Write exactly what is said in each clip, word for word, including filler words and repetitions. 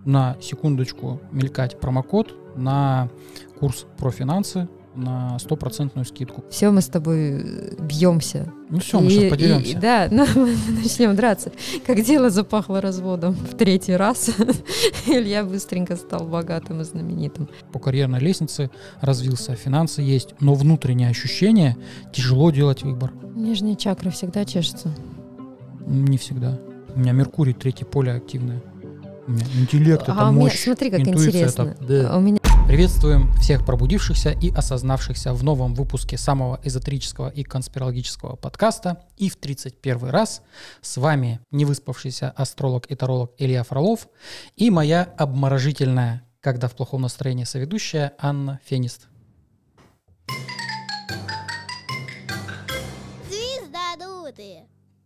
на секундочку мелькать промокод на курс про финансы на стопроцентную скидку. Все, мы с тобой бьемся. Ну все, мы и, сейчас подеремся. И, да, ну, мы начнем драться. Как дело запахло разводом в третий раз, Илья быстренько стал богатым и знаменитым. По карьерной лестнице развился, финансы есть, но внутреннее ощущение тяжело делать выбор. Нижняя чакра всегда чешется? Не всегда. У меня Меркурий, третье поле активное. У меня интеллект, а это у меня, мощь, смотри, как интуиция, интересно. это... Да. У меня... Приветствуем всех пробудившихся и осознавшихся в новом выпуске самого эзотерического и конспирологического подкаста. И в тридцать первый раз с вами невыспавшийся астролог и таролог Илья Фролов и моя обморожительная, когда в плохом настроении соведущая, Анна Фенист. Звездодуты!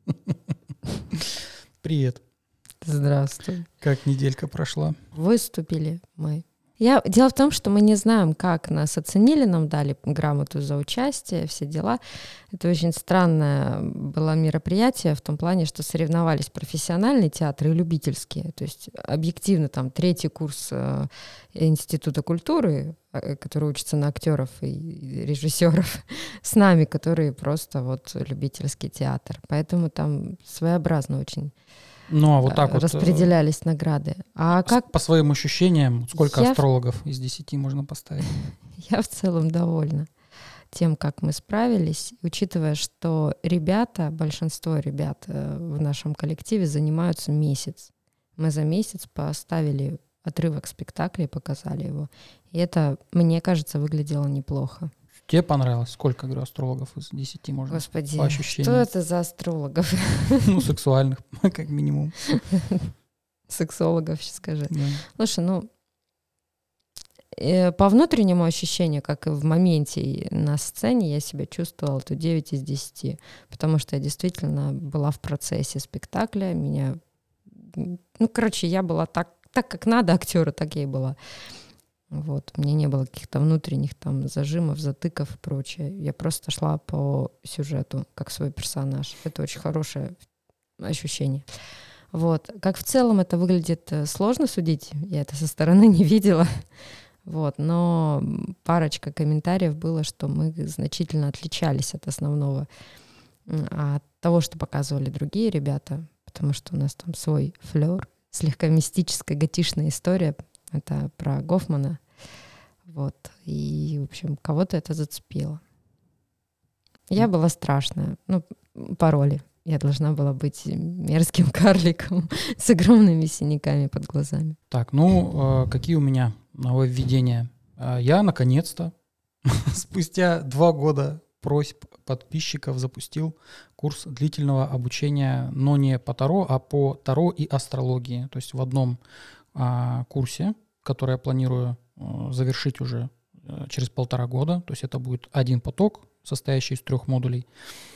Привет. Здравствуй. Как неделька прошла? Выступили мы. Я... Дело в том, что мы не знаем, как нас оценили, нам дали грамоту за участие, все дела. Это очень странное было мероприятие в том плане, что соревновались профессиональные театры и любительские. То есть объективно там третий курс э, Института культуры, э, который учится на актеров и режиссеров, с нами, которые просто вот любительский театр. Поэтому там своеобразно очень... Ну, а вот так распределялись вот, награды. А по, как... по своим ощущениям, сколько я астрологов в... из десяти можно поставить? Я в целом довольна тем, как мы справились, учитывая, что ребята, большинство ребят в нашем коллективе занимаются месяц. Мы за месяц поставили отрывок спектакля и показали его. И это, мне кажется, выглядело неплохо. Тебе понравилось? Сколько, говорю, астрологов из десяти можно? Господи, по ощущениям? Что это за астрологов? Ну, сексуальных, как минимум. Сексологов, скажи. Да. Слушай, ну, э, по внутреннему ощущению, как и в моменте и на сцене, я себя чувствовала то девять из десяти, потому что я действительно была в процессе спектакля, меня... Ну, короче, я была так, так как надо актеру, так я и была. Вот. У меня не было каких-то внутренних там зажимов, затыков и прочее. Я просто шла по сюжету, как свой персонаж. Это очень хорошее ощущение. Вот. Как в целом это выглядит, сложно судить. Я это со стороны не видела. Вот. Но парочка комментариев было, что мы значительно отличались от основного, от того, что показывали другие ребята, потому что у нас там свой флёр, слегка мистическая, готичная история. Это про Гофмана. Вот. И, в общем, кого-то это зацепило. Я была страшная. Ну, по роли. Я должна была быть мерзким карликом с огромными синяками под глазами. Так, ну, э, какие у меня нововведения? Я, наконец-то, спустя два года просьб подписчиков запустил курс длительного обучения, но не по Таро, а по Таро и астрологии. То есть в одном курсе, который я планирую завершить уже через полтора года. То есть это будет один поток, состоящий из трех модулей.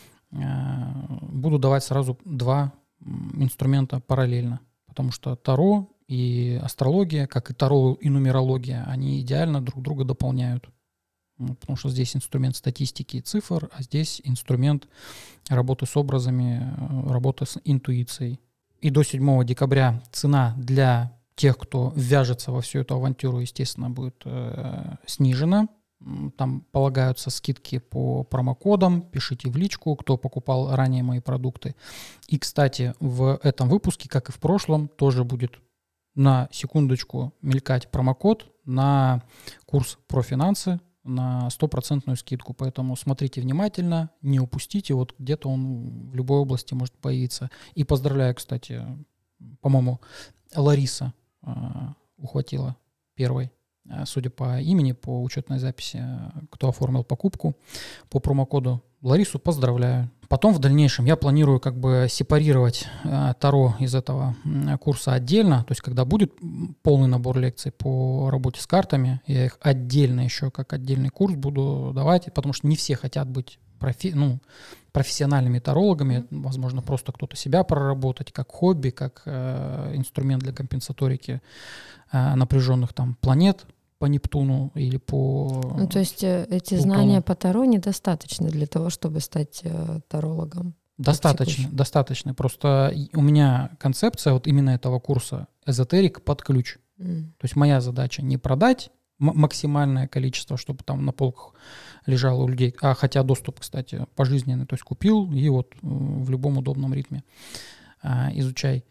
Буду давать сразу два инструмента параллельно, потому что Таро и астрология, как и Таро и нумерология, они идеально друг друга дополняют. Потому что здесь инструмент статистики и цифр, а здесь инструмент работы с образами, работы с интуицией. И до седьмого декабря цена для тех, кто ввяжется во всю эту авантюру, естественно, будет э, снижена. Там полагаются скидки по промокодам. Пишите в личку, кто покупал ранее мои продукты. И, кстати, в этом выпуске, как и в прошлом, тоже будет на секундочку мелькать промокод на курс про финансы на стопроцентную скидку. Поэтому смотрите внимательно, не упустите. Вот где-то он в любой области может появиться. И поздравляю, кстати, по-моему, Лариса ухватила первой, судя по имени, по учетной записи, кто оформил покупку по промокоду. Ларису поздравляю. Потом в дальнейшем я планирую как бы сепарировать Таро из этого курса отдельно. То есть когда будет полный набор лекций по работе с картами, я их отдельно еще как отдельный курс буду давать, потому что не все хотят быть профи- ну, профессиональными тарологами. Возможно, просто кто-то себя проработать как хобби, как э, инструмент для компенсаторики э, напряженных там планет по Нептуну или по... Ну, то есть эти Плутону. знания по Таро недостаточны для того, чтобы стать э, тарологом? Достаточно, достаточно. Просто у меня концепция вот именно этого курса эзотерик под ключ. Mm. То есть моя задача не продать м- максимальное количество, чтобы там на полках лежало у людей, а хотя доступ, кстати, пожизненный, то есть купил и вот в любом удобном ритме а, изучай.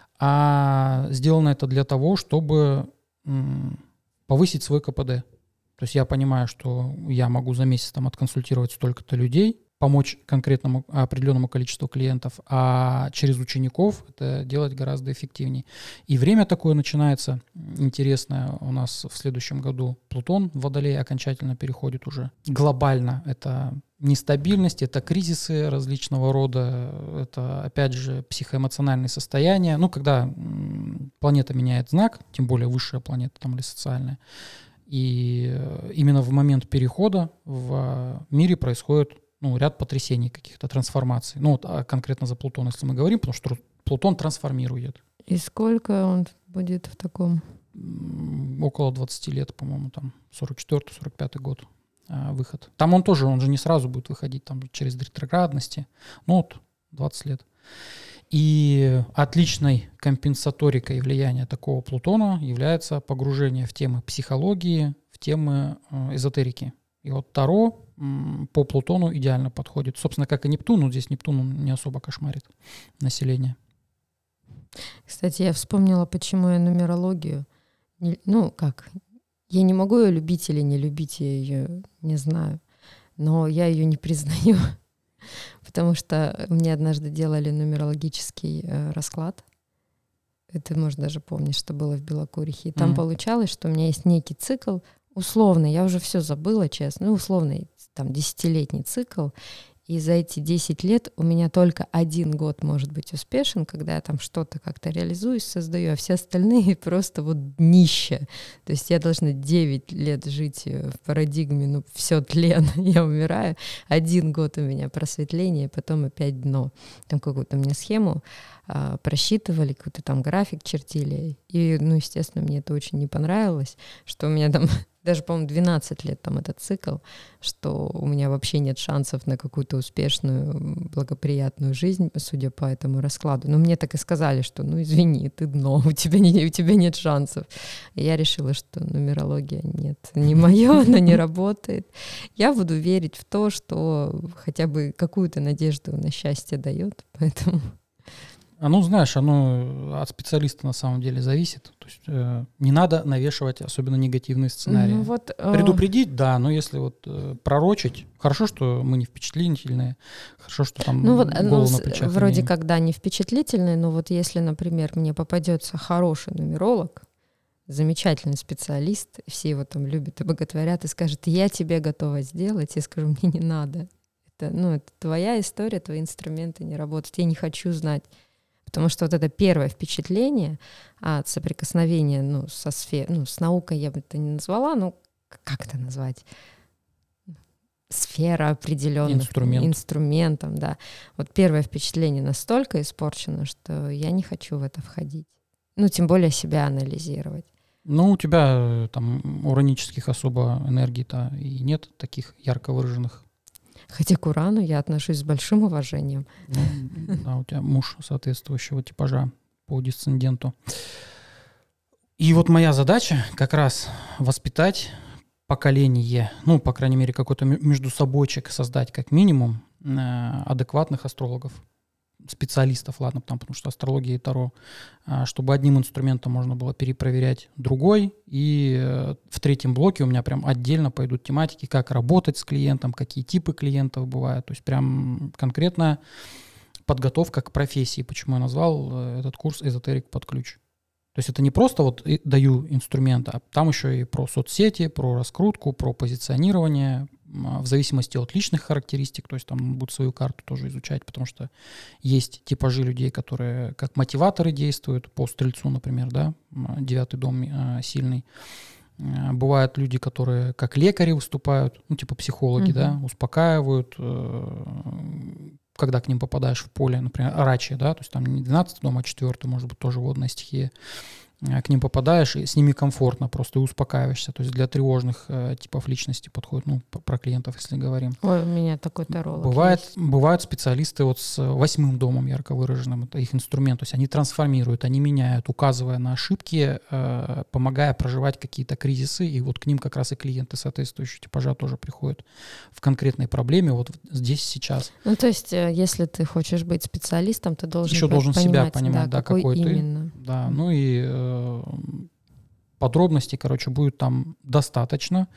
А сделано это для того, чтобы м, повысить свой ка пэ дэ. То есть я понимаю, что я могу за месяц там отконсультировать столько-то людей, помочь конкретному определенному количеству клиентов, а через учеников это делать гораздо эффективнее. И время такое начинается интересное у нас в следующем году. Плутон в Водолей окончательно переходит уже глобально. Это нестабильность, это кризисы различного рода, это, опять же, психоэмоциональные состояния. Ну, когда м, планета меняет знак, тем более высшая планета там или социальная, и именно в момент перехода в мире происходит ну, ряд потрясений, каких-то трансформаций. Ну, вот, а конкретно за Плутон, если мы говорим, потому что Плутон трансформирует. И сколько он будет в таком? Около двадцати лет, по-моему, там сорок четвёртый сорок пятый год а, выход. Там он тоже, он же не сразу будет выходить, там через ретроградности. Ну, вот двадцать лет. И отличной компенсаторикой влияния такого Плутона является погружение в темы психологии, в темы э, эзотерики. И вот Таро м, по Плутону идеально подходит. Собственно, как и Нептун, но здесь Нептун он не особо кошмарит население. Кстати, я вспомнила, почему я нумерологию... Не, ну, как? Я не могу ее любить или не любить, я ее не знаю. Но я ее не признаю. Потому что мне однажды делали нумерологический э, расклад. Это, может, даже помнишь, что было в Белокурихе. И там Mm. получалось, что у меня есть некий цикл, условный, я уже все забыла, честно, ну, условный, там, десятилетний цикл. И за эти десять лет у меня только один год может быть успешен, когда я там что-то как-то реализуюсь, создаю, а все остальные просто вот днище. То есть я должна девять лет жить в парадигме, ну, все тлен, я умираю. Один год у меня просветление, потом опять дно. Там какую-то мне схему а, просчитывали, какой-то там график чертили. И, ну, естественно, мне это очень не понравилось, что у меня там... Даже, по-моему, двенадцать лет там этот цикл, что у меня вообще нет шансов на какую-то успешную, благоприятную жизнь, судя по этому раскладу. Но мне так и сказали, что, ну, извини, ты дно, у тебя, не, у тебя нет шансов. И я решила, что нумерология нет, не моё, она не работает. Я буду верить в то, что хотя бы какую-то надежду на счастье дает, поэтому... А ну, знаешь, оно от специалиста на самом деле зависит. То есть э, не надо навешивать особенно негативные сценарии. Ну, вот, э... Предупредить, да, но если вот э, пророчить, хорошо, что мы не впечатлительные, хорошо, что там ну, вот, голову ну, на плечах вроде имеем. как, да, не впечатлительные, но вот если, например, мне попадется хороший нумеролог, замечательный специалист, все его там любят и боготворят, и скажет, я тебе готова сделать, я скажу, мне не надо. Это, ну, это твоя история, твои инструменты не работают, я не хочу знать. Потому что вот это первое впечатление от соприкосновения, ну, со сферой, ну, с наукой я бы это не назвала, ну, как это назвать? Сфера определенных Инструмент. инструментом, да. Вот первое впечатление настолько испорчено, что я не хочу в это входить. Ну, тем более себя анализировать. Ну, у тебя там уранических особо энергий-то и нет таких ярко выраженных. Хотя к Урану я отношусь с большим уважением. Ну, да, у тебя муж соответствующего типажа по дисценденту. И вот моя задача как раз воспитать поколение, ну, по крайней мере, какой-то междусобойчик создать как минимум адекватных астрологов, специалистов, ладно, там, потому что астрология и Таро, чтобы одним инструментом можно было перепроверять другой. И в третьем блоке у меня прям отдельно пойдут тематики, как работать с клиентом, какие типы клиентов бывают. То есть прям конкретная подготовка к профессии, почему я назвал этот курс «Эзотерик под ключ». То есть это не просто вот даю инструменты, а там еще и про соцсети, про раскрутку, про позиционирование, в зависимости от личных характеристик, то есть там будут свою карту тоже изучать, потому что есть типажи людей, которые как мотиваторы действуют, по Стрельцу, например, да, девятый дом э, сильный. Бывают люди, которые как лекари выступают, ну типа психологи, uh-huh. да, успокаивают, э, когда к ним попадаешь в поле, например, рачи, да, то есть там не двенадцатый дом, а четвертый, может быть, тоже водная стихия. к ним попадаешь, и с ними комфортно просто и успокаиваешься. То есть для тревожных э, типов личности подходит, ну, про клиентов, если говорим. Ой, у меня такой таролог Бывает, есть. бывают специалисты вот с восьмым домом ярко выраженным, это их инструмент. То есть они трансформируют, они меняют, указывая на ошибки, э, помогая проживать какие-то кризисы. И вот к ним как раз и клиенты соответствующего типажа тоже приходят в конкретной проблеме вот здесь, сейчас. Ну, то есть, э, если ты хочешь быть специалистом, ты должен Еще по- должен понимать, себя понимать, да, какой, какой ты. именно. Да, ну и э, подробностей, короче, будет там достаточно.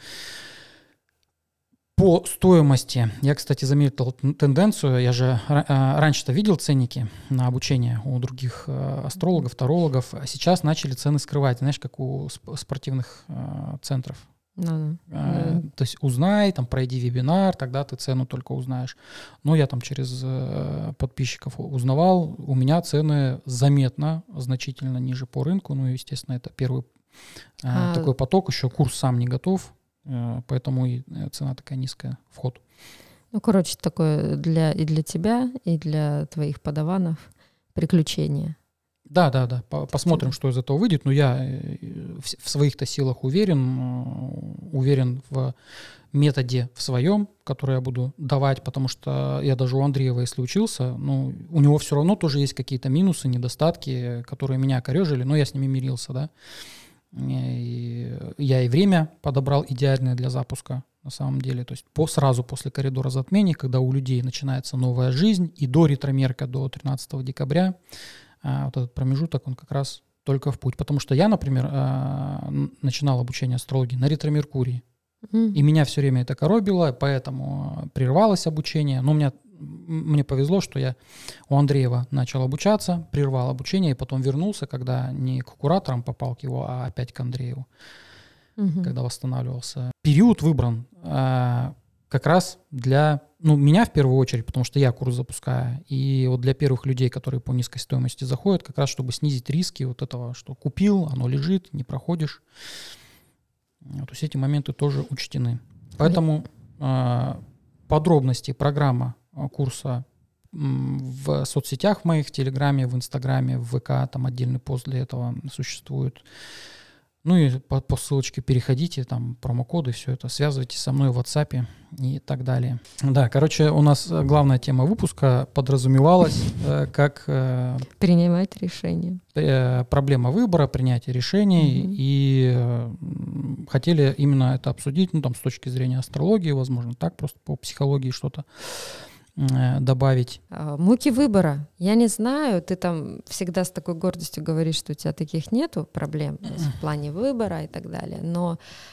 По стоимости, я, кстати, заметил тенденцию, я же э, раньше-то видел ценники на обучение у других э, астрологов, тарологов, а сейчас начали цены скрывать, знаешь, как у сп- спортивных э, центров. Ну, Э, ну. То есть узнай, там, пройди вебинар, тогда ты цену только узнаешь. Но я там через э, подписчиков узнавал, у меня цены заметно, значительно ниже по рынку. Ну, естественно, это первый э, А- такой поток, еще курс сам не готов, э, поэтому и цена такая низкая, вход. Ну, короче, такое для, и для тебя, и для твоих подаванов приключение. Да, да, да. По- Посмотрим, что из этого выйдет. Но я э, в с- в своих-то силах уверен, э, уверен в методе в своем, который я буду давать, потому что я даже у Андреева, если учился, ну, у него все равно тоже есть какие-то минусы, недостатки, которые меня корежили, но я с ними мирился, да. И я и время подобрал идеальное для запуска, на самом деле. То есть по, сразу после коридора затмений, когда у людей начинается новая жизнь, и до ретромерка, до тринадцатого декабря, а, вот этот промежуток, он как раз только в путь. Потому что я, например, а, н- начинал обучение астрологии на ретро-меркурии. Мгм. И меня все время это коробило, поэтому а, прервалось обучение. Но у меня, м, мне повезло, что я у Андреева начал обучаться, прервал обучение и потом вернулся, когда не к кураторам попал к его, а опять к Андрееву, Мгм. когда восстанавливался. Период выбран а, как раз для, ну, меня в первую очередь, потому что я курс запускаю, и вот для первых людей, которые по низкой стоимости заходят, как раз чтобы снизить риски вот этого, что купил, оно лежит, не проходишь. Вот, то есть эти моменты тоже учтены. Поэтому а, подробности, программа а, курса м, в соцсетях в моих, в Телеграме, в Инстаграме, в ВК, там отдельный пост для этого существует. Ну и по, по ссылочке переходите, там промокоды, все это, связывайтесь со мной в WhatsApp и так далее. Да, короче, у нас э, главная тема выпуска подразумевалась э, как э, Принимать решение. э, проблема выбора, принятия решений, Мгм. и э, м, хотели именно это обсудить, ну там с точки зрения астрологии, возможно, так просто по психологии что-то э, добавить. А, Муки выбора. Я не знаю, ты там всегда с такой гордостью говоришь, что у тебя таких нету проблем то есть в плане выбора и так далее, но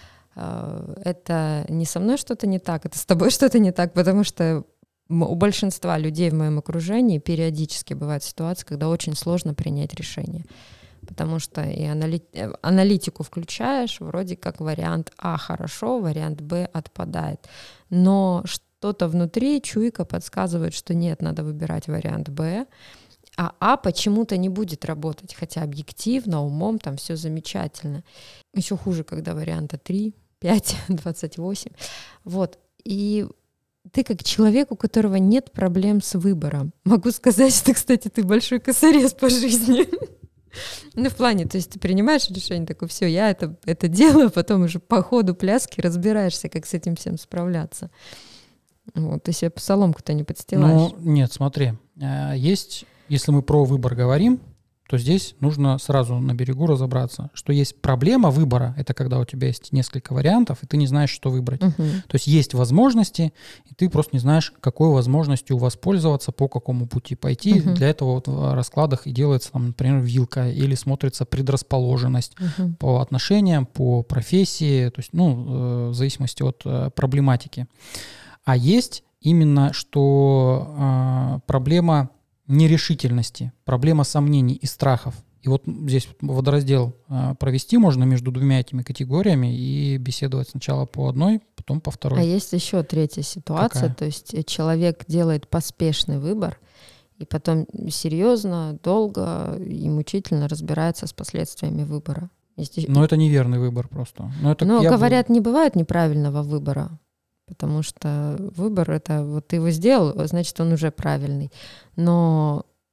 э, это не со мной что-то не так, это с тобой что-то не так, потому что м- у большинства людей в моем окружении периодически бывают ситуации, когда очень сложно принять решение. Потому что и анали- э, аналитику включаешь, вроде как вариант А хорошо, вариант Б отпадает. Но что-то внутри, чуйка подсказывает, что нет, надо выбирать вариант Б, а А почему-то не будет работать, хотя объективно, умом там все замечательно. Еще хуже, когда варианта три, пять, двадцать восемь. Вот. И ты как человек, у которого нет проблем с выбором. Могу сказать, что, кстати, ты большой косорез по жизни. Ну, в плане, то есть ты принимаешь решение, такое, все, я это, это делаю, а потом уже по ходу пляски разбираешься, как с этим всем справляться. Вот, ты себе соломку-то не подстилаешь. Ну, нет, смотри, э, есть, если мы про выбор говорим, то здесь нужно сразу на берегу разобраться, что есть проблема выбора, это когда у тебя есть несколько вариантов, и ты не знаешь, что выбрать. Мгм. То есть есть возможности, и ты просто не знаешь, какой возможностью воспользоваться, по какому пути пойти. Мгм. Для этого вот в раскладах и делается, там, например, вилка, или смотрится предрасположенность Мгм. по отношениям, по профессии, то есть, ну, э, в зависимости от э, проблематики. А есть именно, что э, проблема нерешительности, проблема сомнений и страхов. И вот здесь водораздел э, провести можно между двумя этими категориями и беседовать сначала по одной, потом по А второй. есть еще третья ситуация, Какая? то есть э, человек делает поспешный выбор, и потом серьезно, долго и мучительно разбирается с последствиями выбора. Есть еще- Но это неверный выбор просто. Но, это Но я бы- говорят, не бывает неправильного выбора, потому что выбор — это вот ты его сделал, значит, он уже правильный. Но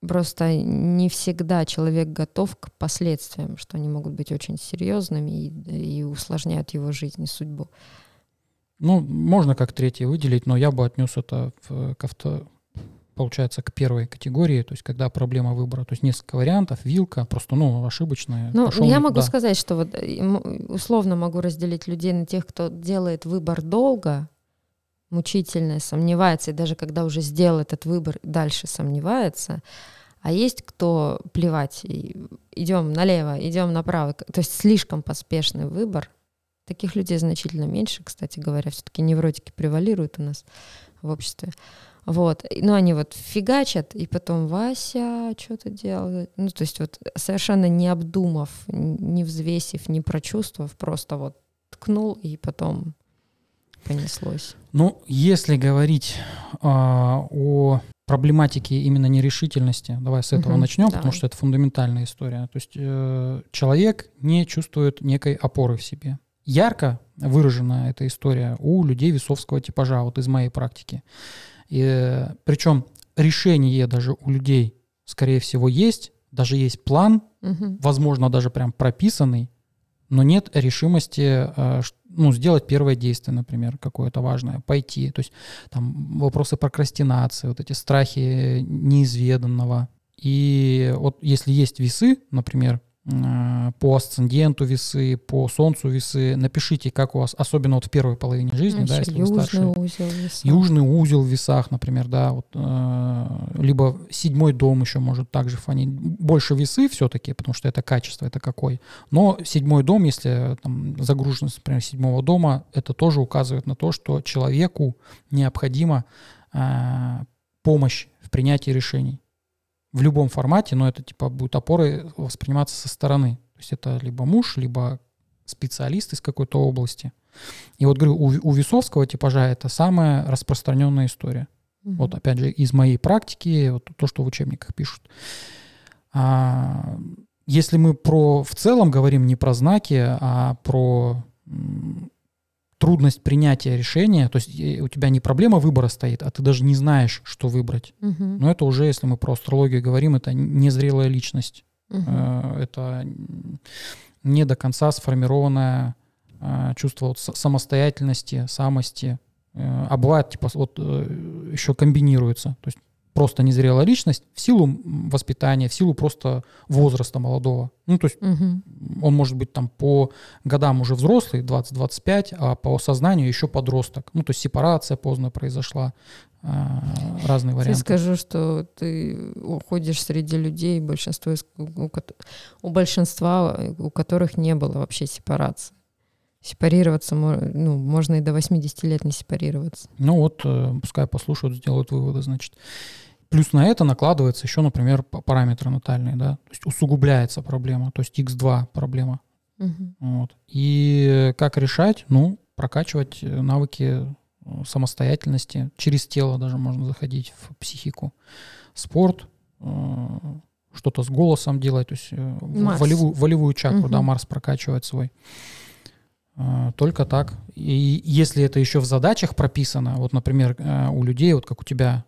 Просто не всегда человек готов к последствиям, что они могут быть очень серьезными и, и усложняют его жизнь и судьбу. Ну, можно как третье выделить, но я бы отнес это в, к авто, получается, к первой категории, то есть когда проблема выбора, то есть несколько вариантов, вилка, просто, ну, ошибочная. Ну, я могу да. сказать, что вот условно могу разделить людей на тех, кто делает выбор долго, мучительно, сомневается, и даже когда уже сделал этот выбор, дальше сомневается. А есть кто плевать, идем налево, идем направо, то есть слишком поспешный выбор. Таких людей значительно меньше, кстати говоря, все-таки невротики превалируют у нас в обществе. Вот. Но они вот фигачат, и потом Вася что-то делал. Ну, то есть вот совершенно не обдумав, не взвесив, не прочувствовав, просто вот ткнул, и потом понеслось. Ну, если говорить а, о проблематике именно нерешительности, давай с этого Угу, начнем, давай. потому что это фундаментальная история. То есть э, человек не чувствует некой опоры в себе. Ярко выражена эта история у людей весовского типажа, вот из моей практики. И, причем решение даже у людей, скорее всего, есть, даже есть план, угу. возможно, даже прям прописанный, но нет решимости ну, сделать первое действие, например, какое-то важное, пойти. То есть там вопросы прокрастинации, вот эти страхи неизведанного. И вот если есть весы, например, по асценденту весы, по солнцу весы, напишите, как у вас, особенно вот в первой половине жизни, Ну, да, если южный вы старше. узел в весах. Южный узел в весах, например, да, вот, э, либо седьмой дом еще может также фонить. Больше весы все-таки, потому что это качество, это какой. Но седьмой дом, если там загруженность, например, седьмого дома, это тоже указывает на то, что человеку необходима э, помощь в принятии решений. В любом формате, но это типа будет опорой восприниматься со стороны. То есть это либо муж, либо специалист из какой-то области. И вот говорю, у, у весовского типажа это самая распространенная история. Mm-hmm. Вот опять же из моей практики, вот то, что в учебниках пишут. А, если мы про в целом говорим не про знаки, а про м, трудность принятия решения, то есть у тебя не проблема выбора стоит, а ты даже не знаешь, что выбрать. Mm-hmm. Но это уже, если мы про астрологию говорим, это незрелая личность. Mm-hmm. Это не до конца сформированное чувство вот самостоятельности, самости. А бывает, типа, вот еще комбинируется. То есть просто незрелая личность в силу воспитания, в силу просто возраста молодого. Ну, то есть угу. он может быть там по годам уже взрослый, двадцать-двадцать пять, а по сознанию еще подросток. Ну, то есть сепарация поздно произошла, разные варианты. Я скажу, что ты уходишь среди людей, большинство, у, у большинства, у которых не было вообще сепарации. Сепарироваться, ну, можно и до восьмидесяти лет не сепарироваться. Ну вот, пускай послушают, сделают выводы, значит. Плюс на это накладывается еще, например, параметры натальные, да, то есть усугубляется проблема, то есть икс два проблема. Угу. Вот. И как решать? Ну, прокачивать навыки самостоятельности, через тело даже можно заходить в психику. Спорт, что-то с голосом делать, то есть волевую, волевую чакру, угу. да, Марс прокачивает свой. Только так. И если это еще в задачах прописано, вот, например, у людей, вот как у тебя,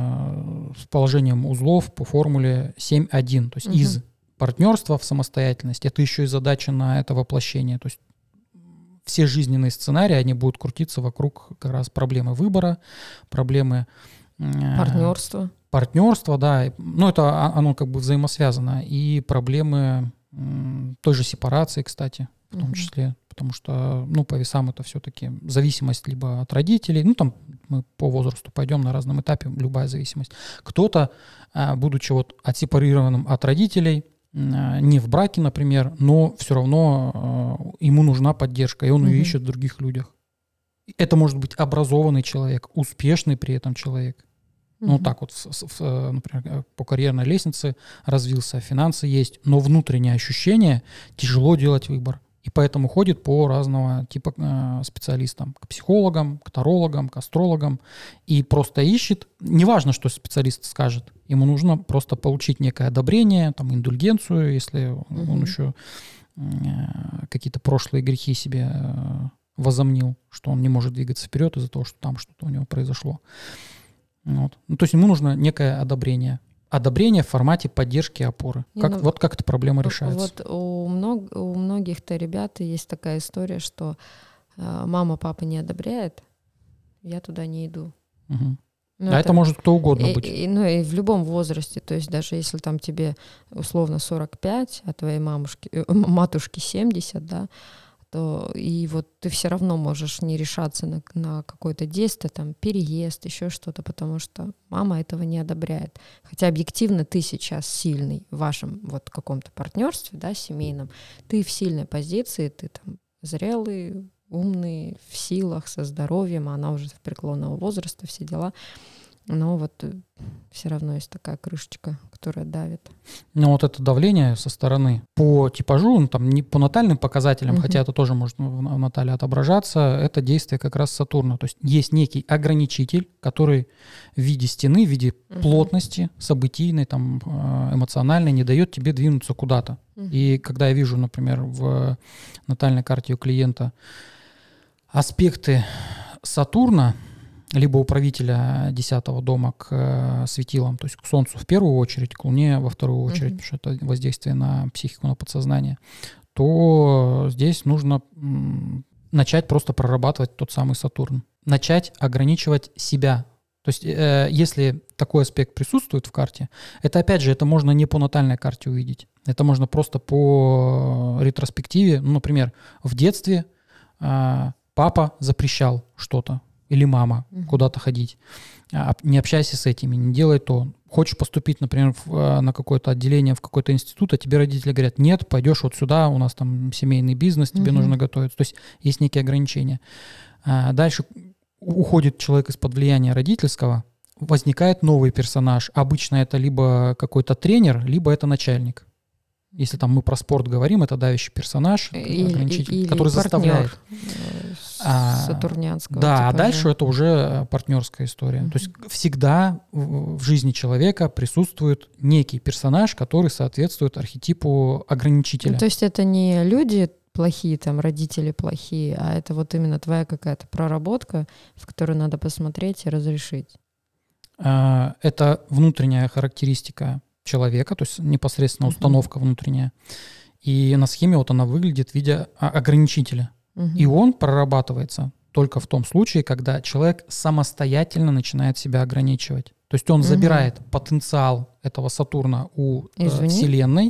с положением узлов по формуле семь один, то есть угу. из партнерства в самостоятельность, это еще и задача на это воплощение. То есть все жизненные сценарии, они будут крутиться вокруг как раз проблемы выбора, проблемы партнерства. Партнерства, да. Ну, это оно как бы взаимосвязано. И проблемы той же сепарации, кстати, в том числе. Потому что, ну, по весам это все-таки зависимость либо от родителей, ну, там мы по возрасту пойдем на разном этапе, любая зависимость. Кто-то, будучи вот отсепарированным от родителей, не в браке, например, но все равно ему нужна поддержка, и он ее ищет в других людях. Это может быть образованный человек, успешный при этом человек. Ну, вот так вот, в, в, например, по карьерной лестнице развился, финансы есть, но внутреннее ощущение тяжело делать выбор. И поэтому ходит по разного типа э, специалистам, к психологам, к тарологам, к астрологам, и просто ищет, неважно, что специалист скажет, ему нужно просто получить некое одобрение, там, индульгенцию, если mm-hmm. он еще э, какие-то прошлые грехи себе э, возомнил, что он не может двигаться вперед из-за того, что там что-то у него произошло. Вот. Ну, то есть ему нужно некое одобрение. одобрение в формате поддержки и опоры. Не, Как, ну, вот как эта проблема решается? Вот у, мног, у многих-то ребят есть такая история, что э, мама, папа не одобряет, я туда не иду. Угу. Ну, а это, это может кто угодно и, быть. И, ну и в любом возрасте, то есть даже если там тебе условно сорок пять, а твоей мамушке, э, матушке семьдесят, да, то и вот ты все равно можешь не решаться на, на какое-то действие, там, переезд, еще что-то, потому что мама этого не одобряет. Хотя объективно ты сейчас сильный в вашем вот каком-то партнерстве, да, семейном, ты в сильной позиции, ты там зрелый, умный, в силах, со здоровьем, а она уже в преклонного возраста, все дела. Но вот все равно есть такая крышечка, которая давит. Но вот это давление со стороны по типажу, ну, там не по натальным показателям, uh-huh. хотя это тоже может в натале отображаться, это действие как раз Сатурна. То есть есть некий ограничитель, который в виде стены, в виде uh-huh. плотности, событийной, там, эмоциональной не дает тебе двинуться куда-то. Uh-huh. И когда я вижу, например, в натальной карте у клиента аспекты Сатурна, либо управителя десятого дома к э, светилам, то есть к Солнцу в первую очередь, к Луне во вторую очередь, mm-hmm. потому что это воздействие на психику, на подсознание, то здесь нужно м, начать просто прорабатывать тот самый Сатурн. Начать ограничивать себя. То есть э, если такой аспект присутствует в карте, это опять же, это можно не по натальной карте увидеть. Это можно просто по ретроспективе. Ну, например, в детстве э, папа запрещал что-то, или мама, uh-huh. куда-то ходить. Не общайся с этими, не делай то. Хочешь поступить, например, в, на какое-то отделение, в какой-то институт, а тебе родители говорят, нет, пойдешь вот сюда, у нас там семейный бизнес, тебе uh-huh. нужно готовиться. То есть есть некие ограничения. А дальше уходит человек из-под влияния родительского, возникает новый персонаж. Обычно это либо какой-то тренер, либо это начальник. Если там мы про спорт говорим, это давящий персонаж, или, ограничитель, или который заставляет. Сатурнианского. Да, типа, а дальше да. это уже партнерская история. Uh-huh. То есть всегда в жизни человека присутствует некий персонаж, который соответствует архетипу ограничителя. Ну, то есть это не люди плохие, там родители плохие, а это вот именно твоя какая-то проработка, в которую надо посмотреть и разрешить. Это внутренняя характеристика человека, то есть непосредственно установка uh-huh. внутренняя. И на схеме вот она выглядит в виде ограничителя. Uh-huh. И он прорабатывается только в том случае, когда человек самостоятельно начинает себя ограничивать. То есть он uh-huh. забирает потенциал этого Сатурна у э, Вселенной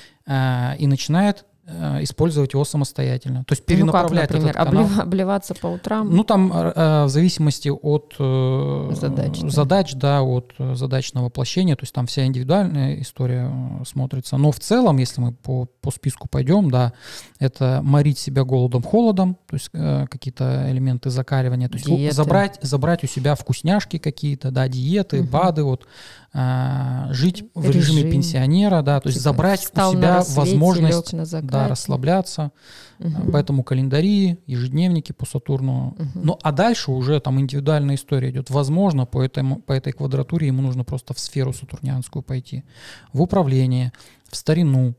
э, и начинает э, использовать его самостоятельно. То есть перенаправлять ну, как, например, этот канал. Облив, обливаться по утрам? Ну, там э, в зависимости от э, задач, задач да, от задачного воплощения, то есть там вся индивидуальная история смотрится. Но в целом, если мы по, по списку пойдем, да, это морить себя голодом, холодом, то есть э, какие-то элементы закаливания, то есть забрать, забрать у себя вкусняшки какие-то, да, диеты, угу. БАДы, вот, э, жить в режим. режиме пенсионера, да, то есть типа забрать у себя возможность да, расслабляться. Угу. Поэтому календари, ежедневники по Сатурну. Угу. Ну, а дальше уже там индивидуальная история идет. Возможно, по, этому, по этой квадратуре ему нужно просто в сферу сатурнианскую пойти. В управление, в старину,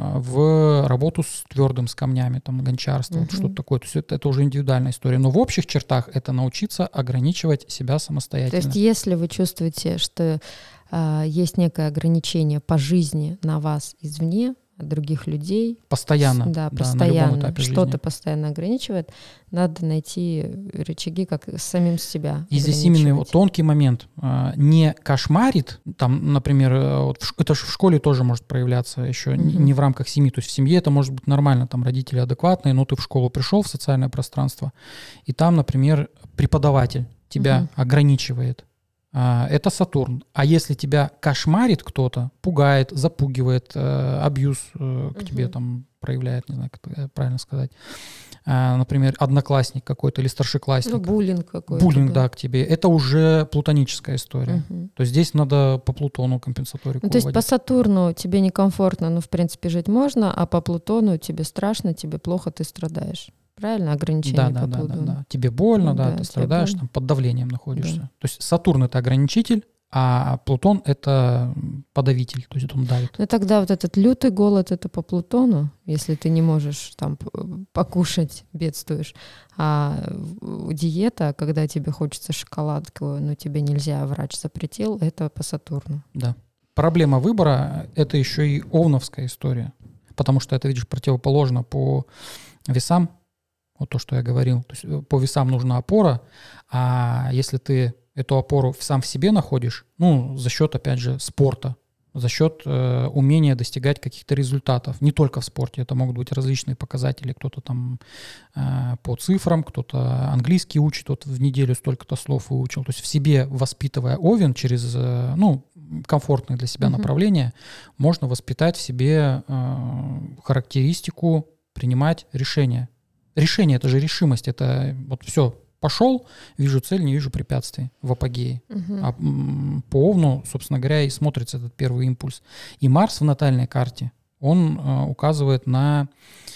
в работу с твердым, с камнями, там, гончарство, угу. вот что-то такое. То есть это, это уже индивидуальная история. Но в общих чертах это научиться ограничивать себя самостоятельно. То есть если вы чувствуете, что э, есть некое ограничение по жизни на вас извне, от других людей. Постоянно. Да, да, постоянно. Что-то постоянно ограничивает. Надо найти рычаги, как самим себя. И здесь именно вот тонкий момент. Не кошмарит, там, например, вот это же в школе тоже может проявляться еще uh-huh. не в рамках семьи. То есть в семье это может быть нормально, там родители адекватные, но ты в школу пришел, в социальное пространство, и там, например, преподаватель тебя uh-huh. ограничивает. Это Сатурн. А если тебя кошмарит кто-то, пугает, запугивает, э, абьюз э, к uh-huh. тебе там проявляет, не знаю, как правильно сказать, э, например, одноклассник какой-то или старшеклассник. Ну, буллинг какой-то. Буллинг, да, к тебе. Это уже плутоническая история. Uh-huh. То есть здесь надо по Плутону компенсаторику. Ну, то есть вводить. по Сатурну тебе некомфортно, но в принципе жить можно, а по Плутону тебе страшно, тебе плохо, ты страдаешь. Правильно? Ограничение да, по да, Плутону. Да, да, да. Тебе больно, да, да ты страдаешь, больно. Там, под давлением находишься. Да. То есть Сатурн — это ограничитель, а Плутон — это подавитель, то есть он давит. Ну тогда вот этот лютый голод — это по Плутону, если ты не можешь там покушать, бедствуешь. А диета, когда тебе хочется шоколадку, но тебе нельзя, врач запретил, это по Сатурну. Да. проблема выбора — это еще и овновская история, потому что это, видишь, противоположно по весам, вот то, что я говорил. То есть по весам нужна опора, а если ты эту опору сам в себе находишь, ну, за счет, опять же, спорта, за счет э, умения достигать каких-то результатов. Не только в спорте, это могут быть различные показатели. Кто-то там э, по цифрам, кто-то английский учит, вот в неделю столько-то слов выучил. То есть в себе, воспитывая овен через э, ну, комфортное для себя uh-huh. направление, можно воспитать в себе э, характеристику принимать решения. Решение — это же решимость, это вот все. Пошел, вижу цель, не вижу препятствий в апогее. Uh-huh. А м, по Овну, собственно говоря, и смотрится этот первый импульс. И Марс в натальной карте, он э, указывает на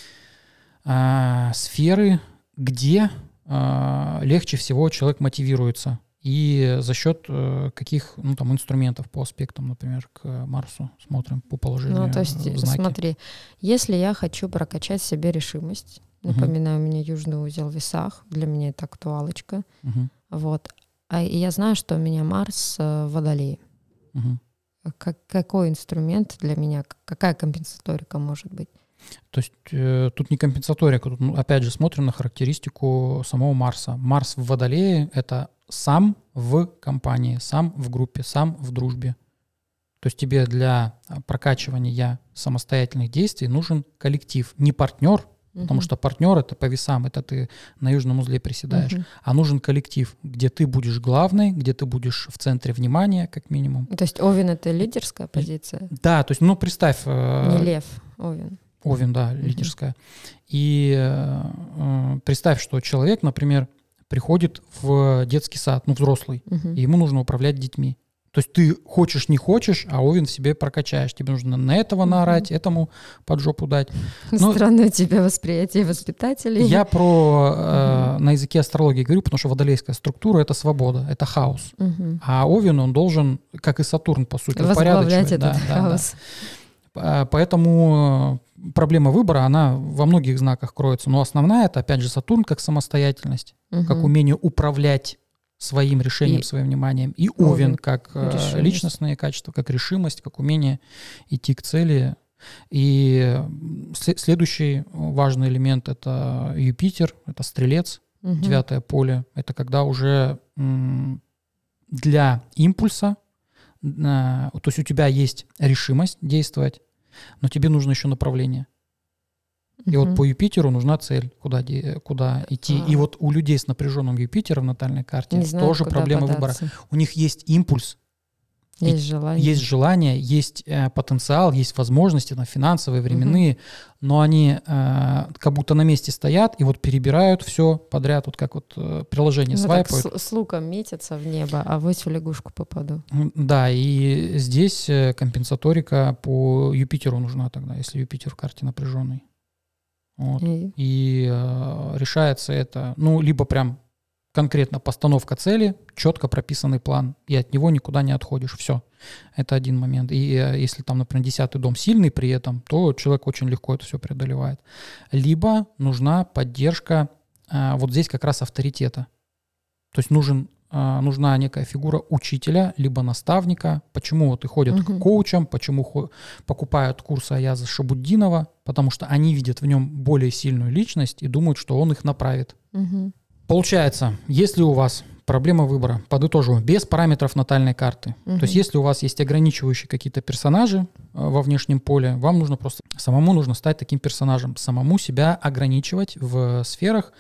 э, сферы, где э, легче всего человек мотивируется. И за счет э, каких ну, там, инструментов по аспектам, например, к Марсу смотрим по положению Ну, то есть, знаки. Смотри, если я хочу прокачать в себе решимость, напоминаю, uh-huh. у меня южный узел в весах, для меня это актуалочка. Uh-huh. Вот. А и я знаю, что у меня Марс э, в Водолее. Uh-huh. Как, какой инструмент для меня, какая компенсаторика может быть? То есть э, тут не компенсаторика, тут, ну, опять же, смотрим на характеристику самого Марса. Марс в Водолее — это сам в компании, сам в группе, сам в дружбе. То есть тебе для прокачивания самостоятельных действий нужен коллектив, не партнер, потому uh-huh. что партнер — это по весам, это ты на южном узле приседаешь, uh-huh. а нужен коллектив, где ты будешь главный, где ты будешь в центре внимания, как минимум. То есть Овен — это лидерская позиция? Да, то есть, ну, представь... Не лев, Овен. Овен, да, uh-huh. лидерская. И э, представь, что человек, например, приходит в детский сад, ну, взрослый, uh-huh. и ему нужно управлять детьми. То есть ты хочешь, не хочешь, а Овен в себе прокачаешь. Тебе нужно на этого наорать, mm-hmm. этому под жопу дать. Но странное у тебя восприятие воспитателей. Я про э, mm-hmm. на языке астрологии говорю, потому что водолейская структура — это свобода, это хаос. Mm-hmm. А Овен, он должен, как и Сатурн, по сути, упорядочивать. Этот да, хаос. Да, да. Поэтому проблема выбора, она во многих знаках кроется. Но основная — это, опять же, Сатурн как самостоятельность, mm-hmm. как умение управлять своим решением, и своим вниманием. И Овен, Овен как решимость. Личностные качества, как решимость, как умение идти к цели. И следующий важный элемент — это Юпитер, это Стрелец, угу. девятое поле. Это когда уже для импульса, то есть у тебя есть решимость действовать, но тебе нужно еще направление. И uh-huh. вот по Юпитеру нужна цель, куда, куда идти. А. И вот у людей с напряженным Юпитером в натальной карте не тоже знаю, проблема податься. Выбора. У них есть импульс, есть желание, есть, желание, есть э, потенциал, есть возможности, там, финансовые, временные, uh-huh. но они э, как будто на месте стоят и вот перебирают все подряд, вот как вот э, приложение ну, свайпают. Так с, с луком метятся в небо, а вось в лягушку попаду. Да, и здесь компенсаторика по Юпитеру нужна тогда, если Юпитер в карте напряженный. Вот. И, и э, решается это, ну, либо прям конкретно постановка цели, четко прописанный план, и от него никуда не отходишь. Все. Это один момент. И э, если там, например, десятый дом сильный при этом, то человек очень легко это все преодолевает. Либо нужна поддержка э, вот здесь как раз авторитета. То есть нужен нужна некая фигура учителя, либо наставника. Почему вот и ходят uh-huh. к коучам, почему хо- покупают курсы Аяза Шабуддинова, потому что они видят в нем более сильную личность и думают, что он их направит. Uh-huh. Получается, если у вас проблема выбора, подытожу, без параметров натальной карты, uh-huh. то есть если у вас есть ограничивающие какие-то персонажи во внешнем поле, вам нужно просто, самому нужно стать таким персонажем, самому себя ограничивать в сферах,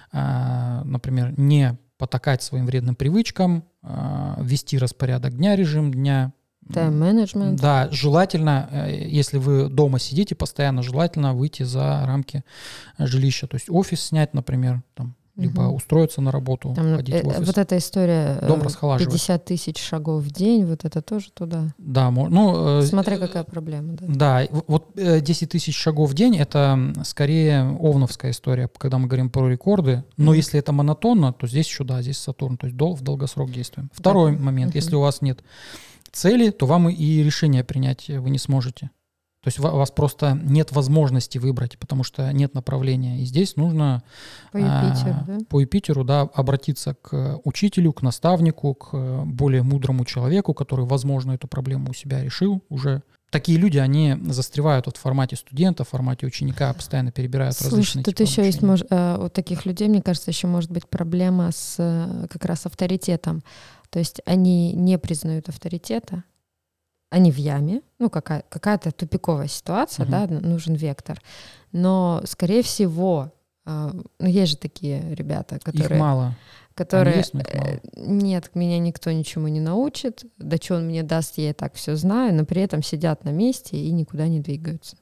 например, не потакать своим вредным привычкам, вести распорядок дня, режим дня. Тайм-менеджмент. Да, желательно, если вы дома сидите постоянно, желательно выйти за рамки жилища. То есть офис снять, например, там, либо угу. устроиться на работу, там, ходить э, в офис. Вот эта история дом расхолаживать. пятьдесят тысяч шагов в день, вот это тоже туда. Да, ну, смотря какая проблема. Да, да вот десять тысяч шагов в день — это скорее овновская история, когда мы говорим про рекорды. Но mm-hmm. если это монотонно, то здесь еще, да, здесь Сатурн, то есть дол- в долгосрок действуем. Второй да. момент, mm-hmm. если у вас нет цели, то вам и решение принять вы не сможете. То есть у вас просто нет возможности выбрать, потому что нет направления. И здесь нужно По Юпитеру, а, да? по Юпитеру, да, обратиться к учителю, к наставнику, к более мудрому человеку, который, возможно, эту проблему у себя решил уже. Такие люди, они застревают вот в формате студента, в формате ученика, постоянно перебирают Слушай, различные тут типы еще есть, обучения. мож, э, у таких людей, мне кажется, еще может быть проблема с э, как раз авторитетом. То есть они не признают авторитета, они в яме, ну какая, какая-то тупиковая ситуация, Мгм. да, н- нужен вектор. Но, скорее всего, э, ну есть же такие ребята, Их которые... мало. которые Они есть, но их мало. э, нет, меня никто ничему не научит, да что он мне даст, я и так все знаю, но при этом сидят на месте и никуда не двигаются.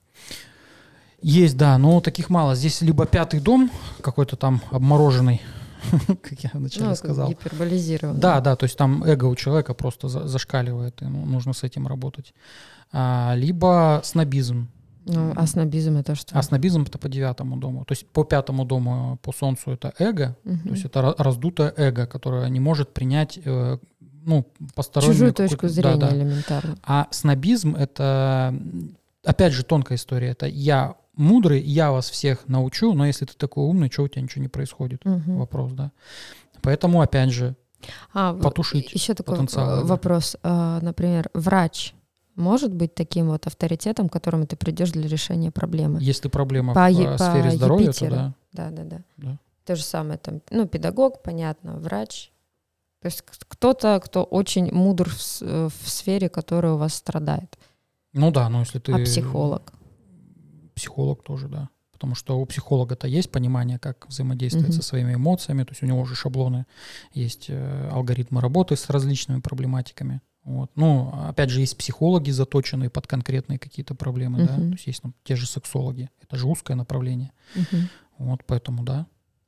Есть, да, но таких мало. Здесь либо пятый дом какой-то там обмороженный, как я вначале Ну, как сказал. гиперболизированно. Да, да, то есть там эго у человека просто за- зашкаливает, и ну, нужно с этим работать. А, либо снобизм. Ну, а снобизм это что? А снобизм это по девятому дому. То есть по пятому дому, по Солнцу это эго, Мгм. то есть это ра- раздутое эго, которое не может принять э, ну, постороннюю Чужую какую-то- точку да, зрения да. элементарно. А снобизм это, м, опять же, тонкая история. Это я мудрый, я вас всех научу, но если ты такой умный, что у тебя ничего не происходит? Мгм. Вопрос, да. Поэтому, опять же, А, в- потушить еще такой потенциал э, эго. вопрос. А, например, врач может быть таким вот авторитетом, к которому ты придешь для решения проблемы? Если проблема По в Е- э, по сфере здоровья, Юпитеру. то да. Да, да, да. Да. То же самое там, ну, педагог, понятно, врач. То есть к- кто-то, кто очень мудр в, с- э, в сфере, которая у вас страдает. Ну да, но если ты... А психолог? Психолог тоже, да. Потому что у психолога-то есть понимание, как взаимодействовать Мгм. со своими эмоциями, то есть у него уже шаблоны, есть э, алгоритмы работы с различными проблематиками. Вот. Ну, опять же, есть психологи, заточенные под конкретные какие-то проблемы, да, Мгм. то есть есть ну, те же сексологи, это же узкое направление. Мгм. Вот, поэтому, да.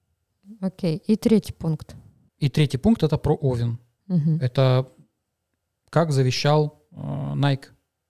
Окей. И третий пункт. И третий пункт — это про Овен. Мгм. Это как завещал э, Nike.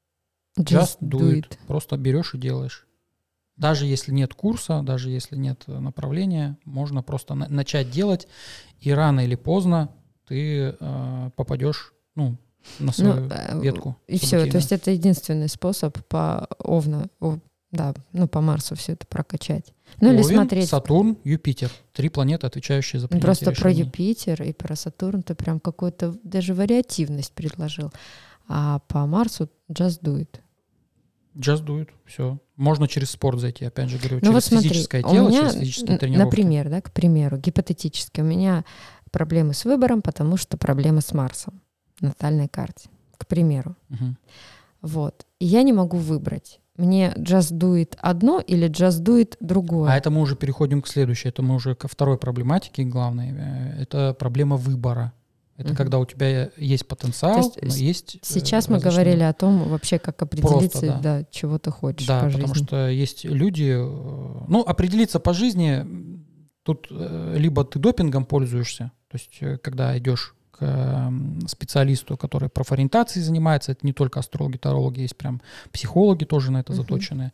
Just do it. Просто берешь и делаешь. Даже если нет курса, даже если нет э, направления, можно просто на- начать делать, и рано или поздно ты э, попадешь, ну, на Ну, свою э, ветку. И все. событийную. То есть это единственный способ по Овна, о, да, ну, по Марсу все это прокачать. Ну, или Овен, смотреть. Сатурн, Юпитер. Три планеты, отвечающие за Ну, принятие просто про решений. Юпитер и про Сатурн ты прям какую-то даже вариативность предложил. А по Марсу just do it. Just do it. Все. Можно через спорт зайти, опять же говорю, Ну через вот смотри, физическое у тело, меня, через физические н- тренировки. например, да, к примеру, гипотетически, у меня проблемы с выбором, потому что проблемы с Марсом в натальной карте, к примеру. Мгм. Вот. И я не могу выбрать. Мне just do it одно или just do it другое. А это мы уже переходим к следующей. Это мы уже ко второй проблематике главной. Э, Это проблема выбора. Это Мгм. когда у тебя есть потенциал, То есть но с- есть... э, Сейчас мы различные- говорили о том, вообще, как определиться, Просто, да. да, чего ты хочешь Да, по потому жизни. что есть люди... э, Ну, определиться по жизни, м, тут э, либо ты допингом пользуешься, то есть э, когда идешь к м, специалисту, который профориентацией занимается, это не только астрологи, тарологи, есть прям психологи тоже на это Мгм. заточенные.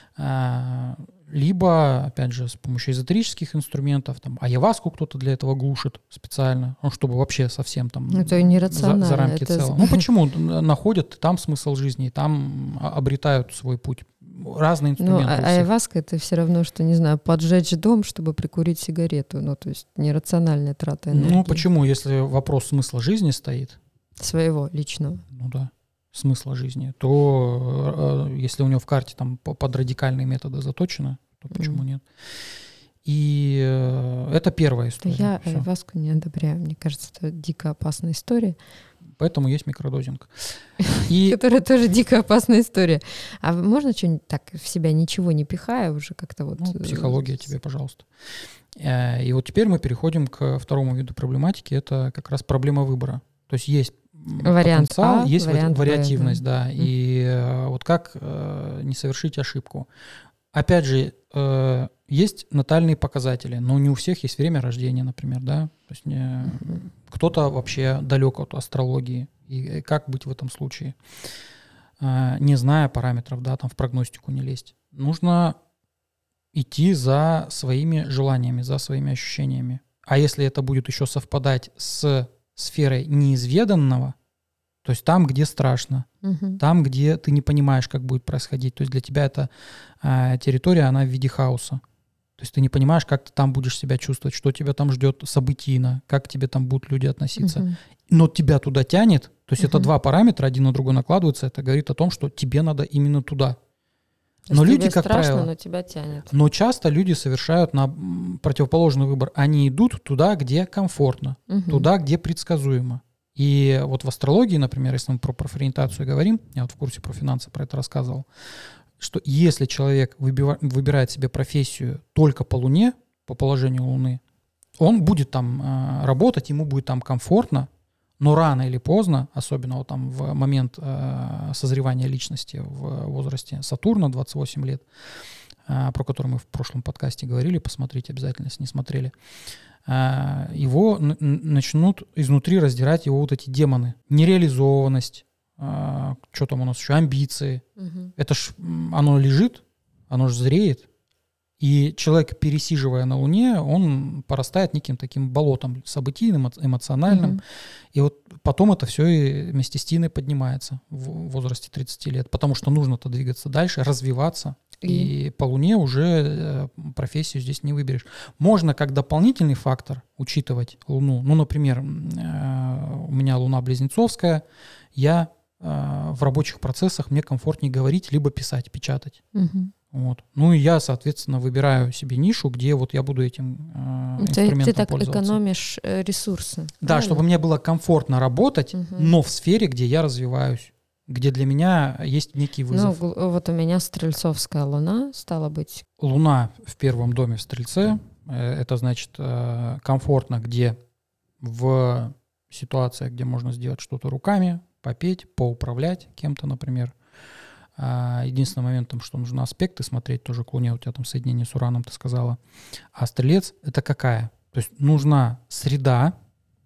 А, Либо, опять же, с помощью эзотерических инструментов, там, айаваску кто-то для этого глушит специально, ну, чтобы вообще совсем там Это за, нерационально, за рамки это целого. з- Ну, почему? Н- Находят там смысл жизни, и там а- обретают свой путь. Разные Ну, инструменты а- у всех. айваска — это все равно, что, не знаю, поджечь дом, чтобы прикурить сигарету. Ну, то есть нерациональная трата энергии. Ну, почему? Если вопрос смысла жизни стоит, Своего личного. ну да, смысла жизни, то э, если у него в карте там по- под радикальные методы заточено, то почему Мгм. нет? И э, это первая история. Я Всё. айваску не одобряю. Мне кажется, это дико опасная история. Поэтому есть микродозинг. И Которая тоже дико опасная история. А можно что-нибудь так в себя ничего не пихая уже как-то вот... ну, э, психология тебе, пожалуйста. Э, И вот теперь мы переходим к второму виду проблематики. Это как раз проблема выбора. То есть есть м, Вариант потенциал, А, есть ва- вариант Б, вариативность, да. да. И э, вот как э, не совершить ошибку. Опять же, э, есть натальные показатели, но не у всех есть время рождения, например, да. То есть не- Мгм. кто-то вообще далек от астрологии. И как быть в этом случае? Э, Не зная параметров, да, там в прогностику не лезть. Нужно идти за своими желаниями, за своими ощущениями. А если это будет еще совпадать с сферой неизведанного, То есть там, где страшно, Мгм. там, где ты не понимаешь, как будет происходить. То есть для тебя эта э, территория, она в виде хаоса. То есть ты не понимаешь, как ты там будешь себя чувствовать, что тебя там ждет событийно, как к тебе там будут люди относиться. Мгм. Но тебя туда тянет. То есть это Мгм. два параметра, один на другой накладываются. Это говорит о том, что тебе надо именно туда. То Но есть люди, тебе как страшно, правило, но тебя тянет. но часто люди совершают на м, противоположный выбор. Они идут туда, где комфортно, Мгм. туда, где предсказуемо. И вот в астрологии, например, если мы про профориентацию говорим, я вот в курсе про финансы про это рассказывал, что если человек выбива- выбирает себе профессию только по Луне, по положению Луны, он будет там э, работать, ему будет там комфортно, но рано или поздно, особенно вот там в момент э, созревания личности в возрасте Сатурна, двадцать восемь лет, э, про который мы в прошлом подкасте говорили, посмотрите обязательно, если не смотрели, э, его н- н- начнут изнутри раздирать его вот эти демоны. Нереализованность, э, что там у нас еще, амбиции. Мгм. Это ж м, оно лежит, оно же зреет. И человек, пересиживая на Луне, он порастает неким таким болотом событийным, эмо- эмоциональным. Мгм. И вот потом это все и вместе с Тиной поднимается в возрасте тридцати лет, потому что нужно-то двигаться дальше, развиваться. И, И? по Луне уже э, профессию здесь не выберешь. Можно как дополнительный фактор учитывать Луну. Ну, например, м, э, у меня Луна Близнецовская, я э, в рабочих процессах мне комфортнее говорить, либо писать, печатать. Мгм. Вот. Ну и я, соответственно, выбираю себе нишу, где вот я буду этим э, Ты, инструментом ты так пользоваться. экономишь э, ресурсы. Да, чтобы мне было комфортно работать, Мгм. но в сфере, где я развиваюсь, где для меня есть некий Ну, вызов. гл- вот у меня стрельцовская луна, стала быть. Луна в первом доме в Стрельце, э, это значит э, комфортно, где в ситуациях, где можно сделать что-то руками, попеть, поуправлять кем-то, например. А, единственный момент, там, что нужно аспекты смотреть, тоже к Луне, у тебя там соединение с Ураном, ты сказала. А Стрелец — это какая? То есть нужна среда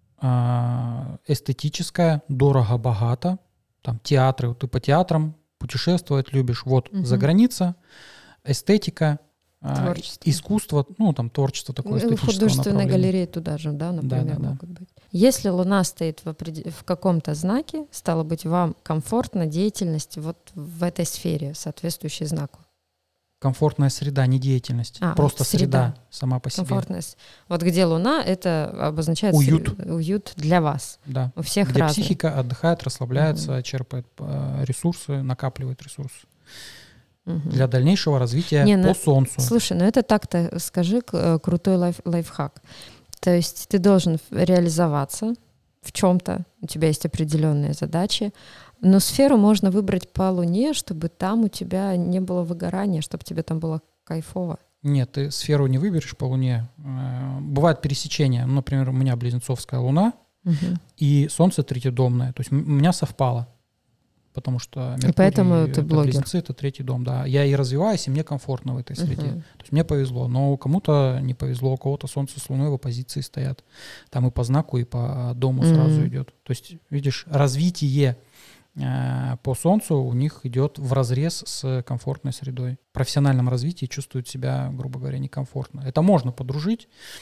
а, эстетическая, дорого-богато, там театры, вот ты по театрам путешествовать любишь, вот Мгм. за граница, эстетика, а, Творчество. искусство, ну там творчество такое Ну, эстетического художественные направления. галереи туда же, да, например, Да, да, да. могут быть. Если Луна стоит в, определ- в каком-то знаке, стало быть, вам комфортна деятельность вот в этой сфере, соответствующей знаку. Комфортная среда, не деятельность, А, просто среда, среда. сама по себе. Комфортность. Вот где Луна, это обозначает Уют. сре- уют для вас. Да. У всех Где разный. психика отдыхает, расслабляется, Мгм. черпает э, ресурсы, накапливает ресурсы Мгм. для дальнейшего развития Не, по на- Солнцу. Слушай, ну это так-то, скажи, к- э, крутой лайф- лайфхак. То есть ты должен ф- реализоваться в чем-то, у тебя есть определенные задачи, но сферу можно выбрать по Луне, чтобы там у тебя не было выгорания, чтобы тебе там было кайфово. Нет, ты сферу не выберешь по Луне. Э, Бывает пересечение. Ну, например, у меня Близнецовская Луна Мгм. и Солнце третьедомное. То есть м- у меня совпало. Потому что Меркурий, поэтому ты это блогер. Близнецы — это третий дом. Да. Я и развиваюсь, и мне комфортно в этой среде. Мгм. То есть мне повезло. Но кому-то не повезло, у кого-то Солнце с Луной в оппозиции стоят. Там и по знаку, и по дому сразу Мгм. идет. То есть, видишь, развитие э, по Солнцу у них идет в разрез с комфортной средой. В профессиональном развитии чувствуют себя, грубо говоря, некомфортно. Это можно подружить.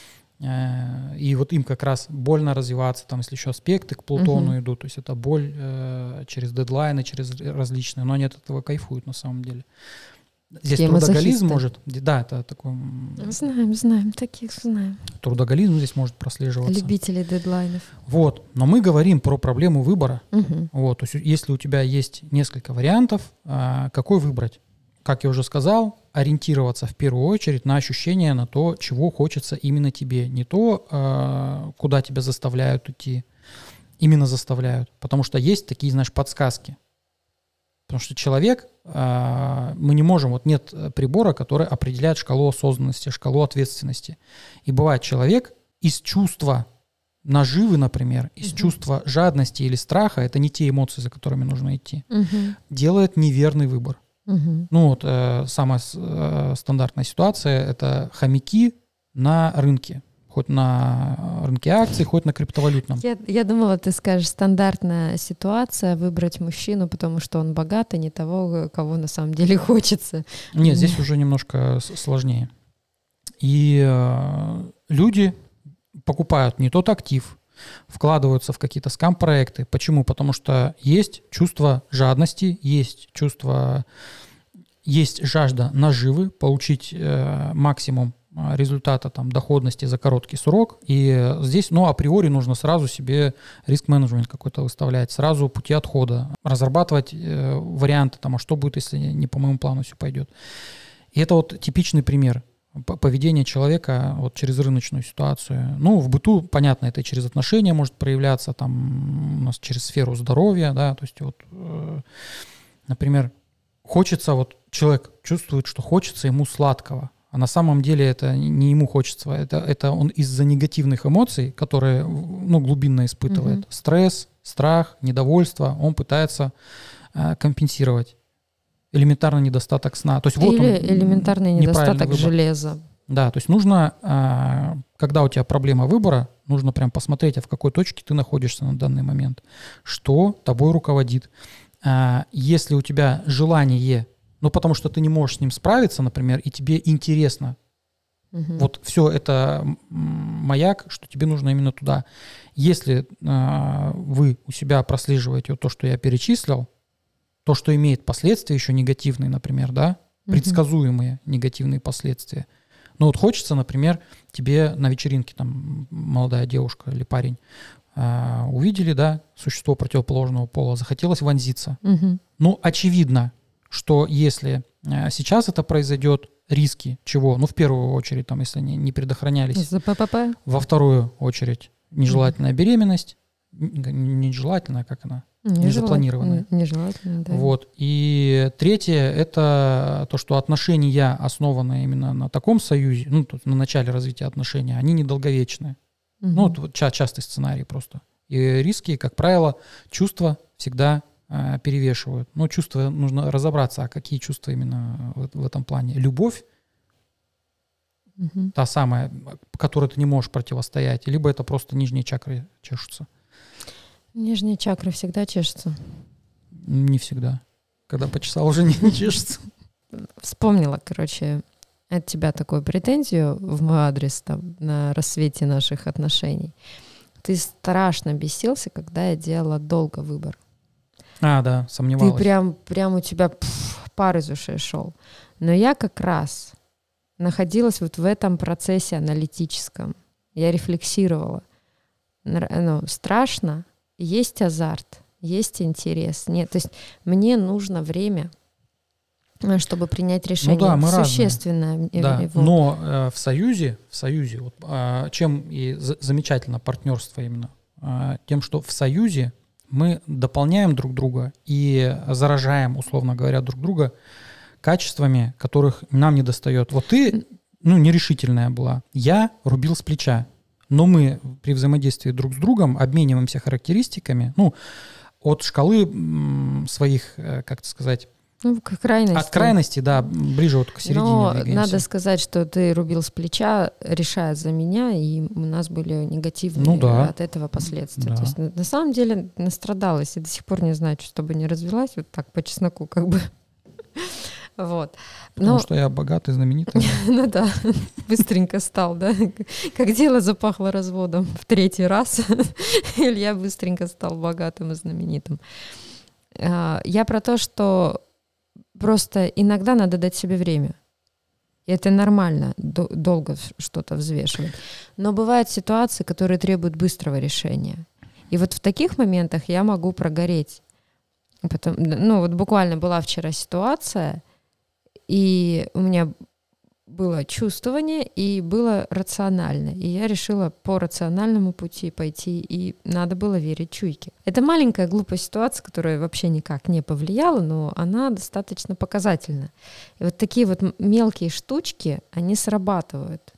э, И вот им как раз больно развиваться, там, если еще аспекты к Плутону Мгм. идут, то есть это боль э, через дедлайны, через различные, но они от этого кайфуют на самом деле. Здесь Такие трудоголизм мазохисты. может, да, это такой м, Знаем, знаем, таких знаем. трудоголизм здесь может прослеживаться. Любители дедлайнов. Вот, но мы говорим про проблему выбора. Мгм. Вот, то есть если у тебя есть несколько вариантов, а, какой выбрать? Как я уже сказал, ориентироваться в первую очередь на ощущение, на то, чего хочется именно тебе. Не то, а, куда тебя заставляют идти, именно заставляют. Потому что есть такие, знаешь, подсказки. Потому что человек, а, мы не можем, вот нет прибора, который определяет шкалу осознанности, шкалу ответственности. И бывает человек из чувства наживы, например, из Мгм. чувства жадности или страха, это не те эмоции, за которыми нужно идти, Мгм. делает неверный выбор. Мгм. Ну вот э, самая с- э, стандартная ситуация — это хомяки на рынке. Хоть на рынке акций, хоть на криптовалютном. Я, я думала, ты скажешь, стандартная ситуация выбрать мужчину, потому что он богат, а не того, кого на самом деле хочется. Нет, здесь уже немножко с- сложнее. И э, люди покупают не тот актив, вкладываются в какие-то скам-проекты. Почему? Потому что есть чувство жадности, есть чувство, есть жажда наживы, получить э, максимум результата там, доходности за короткий срок. И здесь, ну, априори нужно сразу себе риск-менеджмент какой-то выставлять, сразу пути отхода, разрабатывать э, варианты, там, а что будет, если не по моему плану все пойдет. И это вот типичный пример поведения человека вот через рыночную ситуацию. Ну, в быту, понятно, это через отношения может проявляться, там, у нас через сферу здоровья, да, то есть вот, э, например, хочется, вот человек чувствует, что хочется ему сладкого, а на самом деле это не ему хочется, это, это он из-за негативных эмоций, которые, ну, глубинно испытывает, mm-hmm. стресс, страх, недовольство, он пытается э, компенсировать. Элементарный недостаток сна. То есть вот Или он, элементарный недостаток железа. Да, то есть нужно, когда у тебя проблема выбора, нужно прям посмотреть, а в какой точке ты находишься на данный момент, что тобой руководит. Если у тебя желание, ну потому что ты не можешь с ним справиться, например, и тебе интересно, угу. вот все это маяк, что тебе нужно именно туда. Если вы у себя прослеживаете вот то, что я перечислил, то, что имеет последствия еще негативные, например, да, предсказуемые uh-huh. негативные последствия. Ну вот хочется, например, тебе на вечеринке, там, молодая девушка или парень э, увидели, да, существо противоположного пола, захотелось вонзиться. Uh-huh. Ну, очевидно, что если э, сейчас это произойдет, риски чего? Ну, в первую очередь, там, если они не предохранялись. За ППП. Во вторую очередь, нежелательная uh-huh. беременность. Нежелательная, как она? Незапланированное. Нежелательно, да. Вот. И третье – это то, что отношения, основанные именно на таком союзе, ну, тут на начале развития отношений, они недолговечные. Угу. Ну, вот ча- частый сценарий просто. И риски, как правило, чувства всегда э, перевешивают. Но чувства, нужно разобраться, а какие чувства именно в, в этом плане. Любовь, угу. та самая, которой ты не можешь противостоять, либо это просто нижние чакры чешутся. Нижние чакры всегда чешутся? Не всегда. Когда почесал, уже не, не чешется. Вспомнила, короче, от тебя такую претензию в мой адрес там, на рассвете наших отношений. Ты страшно бесился, когда я делала долго выбор. А, да, сомневалась. Ты прям, прям у тебя пфф, пар из ушей шел. Но я как раз находилась вот в этом процессе аналитическом. Я рефлексировала. Ну, страшно. Есть азарт, есть интерес. Нет, то есть мне нужно время, чтобы принять решение. Ну да, мы существенное. Да, его. но э, в союзе, в союзе, вот, э, чем и за- замечательно партнерство именно, э, тем, что в союзе мы дополняем друг друга и заражаем, условно говоря, друг друга качествами, которых нам не достает. Вот ты, ну, нерешительная была, я рубил с плеча. Но мы при взаимодействии друг с другом обмениваемся характеристиками, ну, от шкалы м, своих, как это сказать, ну, к крайности. От крайности, да, ближе вот к середине Но двигаемся. надо сказать, что ты рубил с плеча, решая за меня, и у нас были негативные ну, да. от этого последствия. Да. То есть на, на самом деле настрадалась, и до сих пор не знаю, чтобы не развелась, вот так по чесноку как бы. Вот. Потому Но... что я богатый, знаменитый. Ну да, быстренько стал, да. Как дело запахло разводом в третий раз, Илья быстренько стал богатым и знаменитым. Я про то, что просто иногда надо дать себе время. И это нормально, долго что-то взвешивать. Но бывают ситуации, которые требуют быстрого решения. И вот в таких моментах я могу прогореть. Потом, ну вот буквально была вчера ситуация, и у меня было чувствование и было рационально. И я решила по рациональному пути пойти, и надо было верить чуйке. Это маленькая глупая ситуация, которая вообще никак не повлияла, но она достаточно показательна. И вот такие вот мелкие штучки, они срабатывают.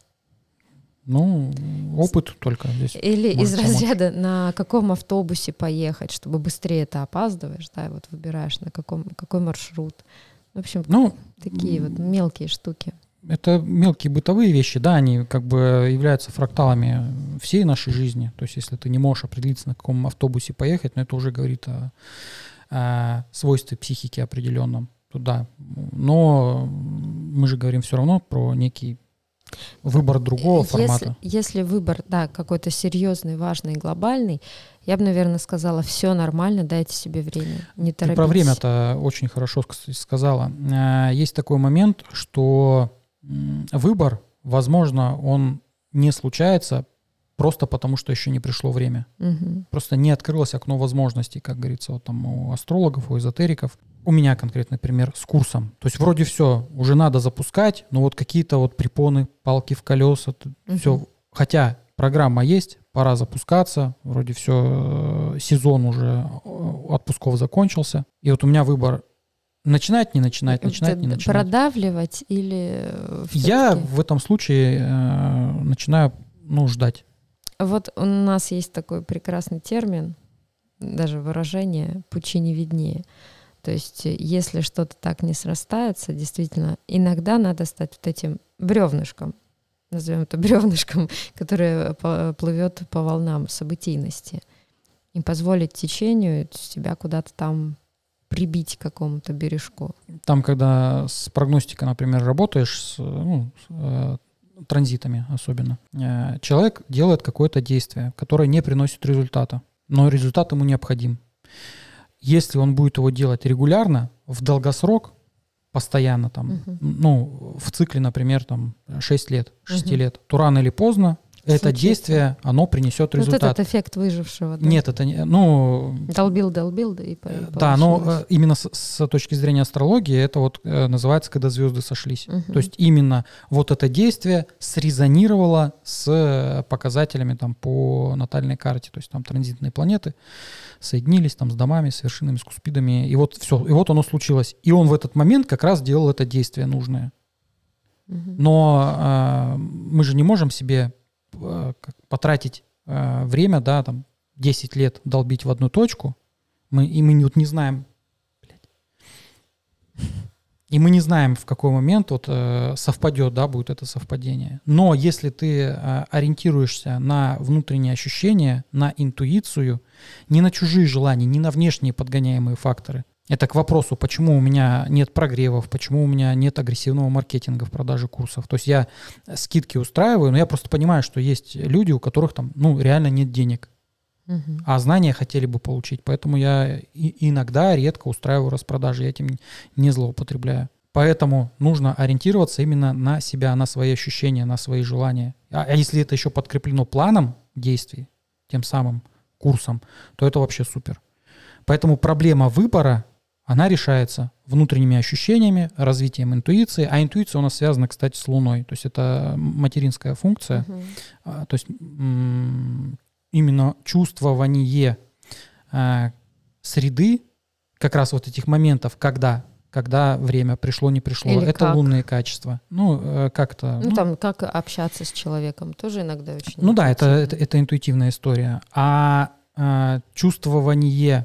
Ну, опыт только здесь. Или из помочь. разряда, на каком автобусе поехать, чтобы быстрее ты опаздываешь, да, и вот выбираешь, на каком, какой маршрут. В общем, ну, такие вот мелкие штуки. Это мелкие бытовые вещи, да, они как бы являются фракталами всей нашей жизни. То есть если ты не можешь определиться, на каком автобусе поехать, но это уже говорит о, о свойстве психики определенном. То да. Но мы же говорим все равно про некий выбор другого если, формата. Если выбор, да, какой-то серьезный, важный, глобальный, я бы, наверное, сказала, все нормально, дайте себе время, не торопитесь. Ты про время-то очень хорошо сказала. Есть такой момент, что выбор, возможно, он не случается просто потому, что еще не пришло время. Угу. Просто не открылось окно возможностей, как говорится, вот там у астрологов, у эзотериков. У меня конкретный пример с курсом. То есть вроде все, уже надо запускать, но вот какие-то вот препоны, палки в колеса, угу. все. Хотя программа есть, пора запускаться, вроде все, сезон уже отпусков закончился. И вот у меня выбор: начинать, не начинать, начинать, не начинать. Продавливать или... Я в этом случае э, начинаю, ну, ждать. Вот у нас есть такой прекрасный термин, даже выражение «пучи не виднее». То есть если что-то так не срастается, действительно, иногда надо стать вот этим бревнышком, назовем это бревнышком, которое плывет по волнам событийности, и позволить течению себя куда-то там прибить к какому-то бережку. Там, когда с прогностикой, например, работаешь, с, ну, с, э, транзитами особенно, э, человек делает какое-то действие, которое не приносит результата, но результат ему необходим. Если он будет его делать регулярно, в долгосрок, постоянно, там, uh-huh. ну, в цикле, например, там, шесть лет, шесть uh-huh. лет, то рано или поздно это действие, оно принесет результат. Вот этот эффект выжившего. Да? Нет, это не... Ну, долбил, долбил, да и да, но именно с, с точки зрения астрологии это вот называется, когда звезды сошлись. Uh-huh. То есть именно вот это действие срезонировало с показателями там по натальной карте. То есть там транзитные планеты соединились там с домами, с вершинами, с куспидами. И вот все, и вот оно случилось. И он в этот момент как раз делал это действие нужное. Uh-huh. Но э, мы же не можем себе потратить э, время, да, там, десять лет долбить в одну точку, мы, и мы вот не знаем, блядь, и мы не знаем, в какой момент вот, э, совпадет, да, будет это совпадение. Но если ты э, ориентируешься на внутренние ощущения, на интуицию, не на чужие желания, не на внешние подгоняемые факторы. Это к вопросу, почему у меня нет прогревов, почему у меня нет агрессивного маркетинга в продаже курсов. То есть я скидки устраиваю, но я просто понимаю, что есть люди, у которых там, ну, реально нет денег, uh-huh. а знания хотели бы получить. Поэтому я и иногда редко устраиваю распродажи, я этим не злоупотребляю. Поэтому нужно ориентироваться именно на себя, на свои ощущения, на свои желания. А, а если это еще подкреплено планом действий, тем самым курсом, то это вообще супер. Поэтому проблема выбора, она решается внутренними ощущениями, развитием интуиции. А интуиция у нас связана, кстати, с Луной. То есть это материнская функция. Uh-huh. То есть м- именно чувствование а, среды, как раз вот этих моментов, когда, когда время пришло, не пришло. Или это как? Лунные качества. Ну, как-то... Ну, ну, там, как общаться с человеком, тоже иногда очень Ну да, это, это, это интуитивная история. А, а чувствование...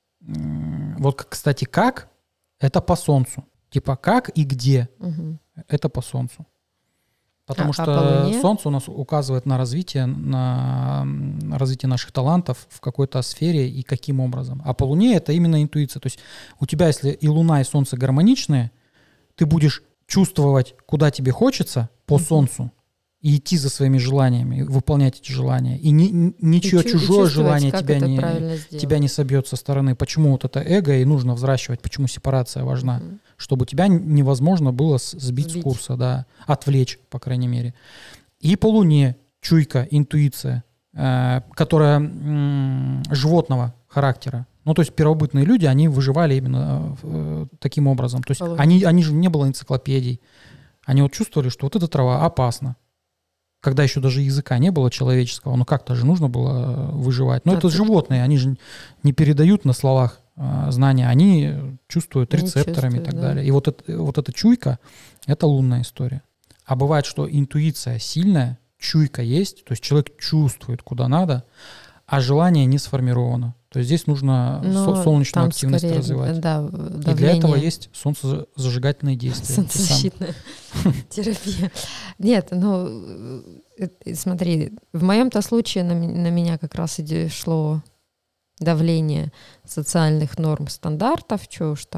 Вот, кстати, как, это по Солнцу. Типа как и где, угу. это по Солнцу. Потому а, что а по Солнце у нас указывает на развитие, на развитие наших талантов в какой-то сфере и каким образом. А по Луне это именно интуиция. То есть у тебя, если и Луна, и Солнце гармоничные, ты будешь чувствовать, куда тебе хочется по угу. Солнцу, и идти за своими желаниями, выполнять эти желания. И ни, ничье и чужое желание тебя не, тебя не собьет со стороны. Почему вот это эго и нужно взращивать, почему сепарация важна. Mm-hmm. Чтобы тебя невозможно было сбить, сбить с курса, да, отвлечь, по крайней мере. И по Луне чуйка, интуиция, э, которая м- животного характера. Ну, то есть первобытные люди, они выживали именно э, таким образом. То есть они, они же не было энциклопедий. Они вот чувствовали, что вот эта трава опасна. Когда еще даже языка не было человеческого, но как-то же нужно было выживать. Но а это ты... животные, они же не передают на словах э, знания, они чувствуют они рецепторами чувствуют, и так да. далее. И вот, это, вот эта чуйка — это лунная история. А бывает, что интуиция сильная, чуйка есть, то есть человек чувствует, куда надо, а желание не сформировано. То есть здесь нужно со- солнечную активность скорее, развивать. Да, и для этого есть солнцезажигательные действия. Солнцезащитная терапия. Нет, ну, смотри, в моем-то случае на, на меня как раз шло давление социальных норм, стандартов, что уж там,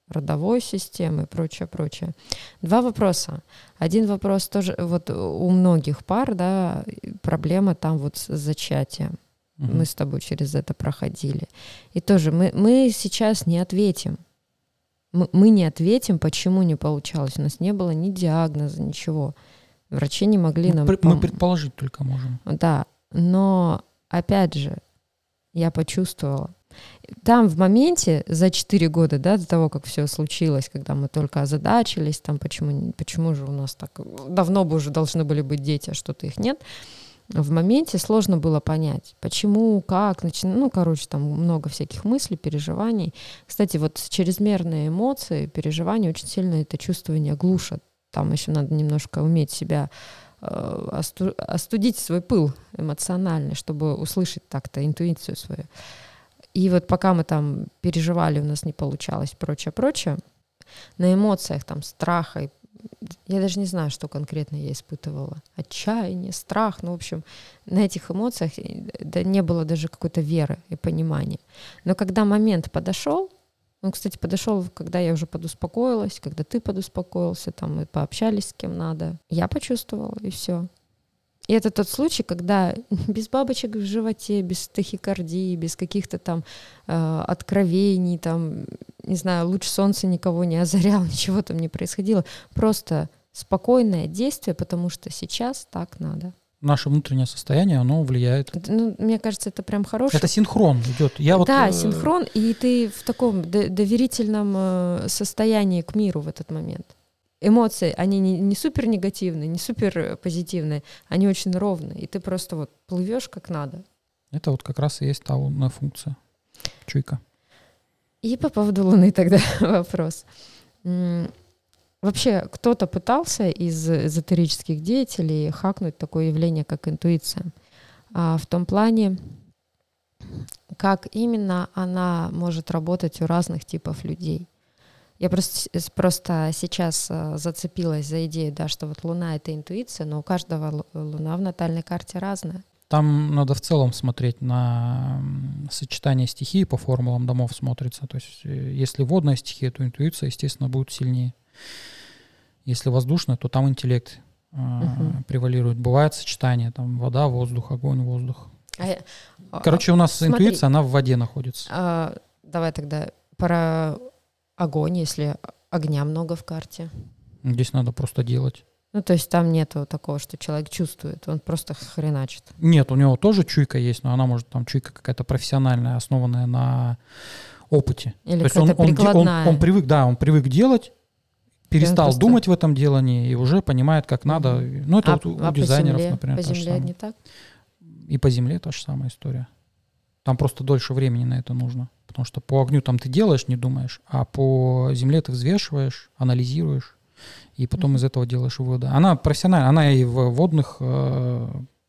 родовой системы и прочее, прочее. Два вопроса. Один вопрос тоже, вот у многих пар, да, проблема там вот с зачатием. Угу. Мы с тобой через это проходили. И тоже мы, мы сейчас не ответим. Мы, мы не ответим, почему не получалось. У нас не было ни диагноза, ничего. Врачи не могли нам... Мы пом- предположить только можем. Да, но опять же, я почувствовала. Там в моменте за четыре года, да, до того, как все случилось, когда мы только озадачились, там почему, почему же у нас так... Давно бы уже должны были быть дети, а что-то их нет. В моменте сложно было понять, почему, как, начи... ну, короче, там много всяких мыслей, переживаний. Кстати, вот чрезмерные эмоции, переживания очень сильно это чувствование глушат. Там еще надо немножко уметь себя э, осту... остудить свой пыл эмоциональный, чтобы услышать так-то интуицию свою. И вот пока мы там переживали, у нас не получалось, прочее, прочее, на эмоциях там страха, я даже не знаю, что конкретно я испытывала, отчаяние, страх, ну, в общем, на этих эмоциях да, не было даже какой-то веры и понимания. Но когда момент подошел, он, кстати, подошел, когда я уже подуспокоилась, когда ты подуспокоился, там мы пообщались с кем надо, я почувствовала, и все. И это тот случай, когда без бабочек в животе, без тахикардии, без каких-то там э, откровений, там, не знаю, луч солнца никого не озарял, ничего там не происходило. Просто спокойное действие, потому что сейчас так надо. Наше внутреннее состояние, оно влияет. Ну, мне кажется, это прям хорошо. Это синхрон идет. Я да, вот, синхрон, и ты в таком доверительном состоянии к миру в этот момент. Эмоции, они не, не супер негативные, не супер позитивные, они очень ровные, и ты просто вот плывешь как надо. Это вот как раз и есть та лунная функция. Чуйка. И по поводу Луны тогда вопрос. Вообще, кто-то пытался из эзотерических деятелей хакнуть такое явление, как интуиция. А в том плане, как именно она может работать у разных типов людей. Я просто, просто сейчас зацепилась за идею, да, что вот Луна — это интуиция, но у каждого Луна в натальной карте разная. Там надо в целом смотреть на сочетание стихий, по формулам домов смотрится. То есть если водная стихия, то интуиция, естественно, будет сильнее. Если воздушная, то там интеллект э, uh-huh. превалирует. Бывает сочетание, там вода, воздух, огонь, воздух. А я... Короче, у нас Смотри, интуиция, она в воде находится. А, давай тогда про... огонь, если огня много в карте. Здесь надо просто делать. Ну, то есть там нету такого, что человек чувствует, он просто хреначит. Нет, у него тоже чуйка есть, но она может там чуйка какая-то профессиональная, основанная на опыте. Или то есть какая-то он, он, прикладная. Он, он привык, да, он привык делать, перестал просто... думать в этом делании и уже понимает, как надо. Mm-hmm. Ну, это а, вот у, а у дизайнеров, по земле, например, по то земле же самое. не так? И по земле та же самая история. Там просто дольше времени на это нужно. Потому что по огню там ты делаешь, не думаешь, а по земле ты взвешиваешь, анализируешь, и потом mm-hmm. из этого делаешь выводы. Она профессиональная, она и в водных э,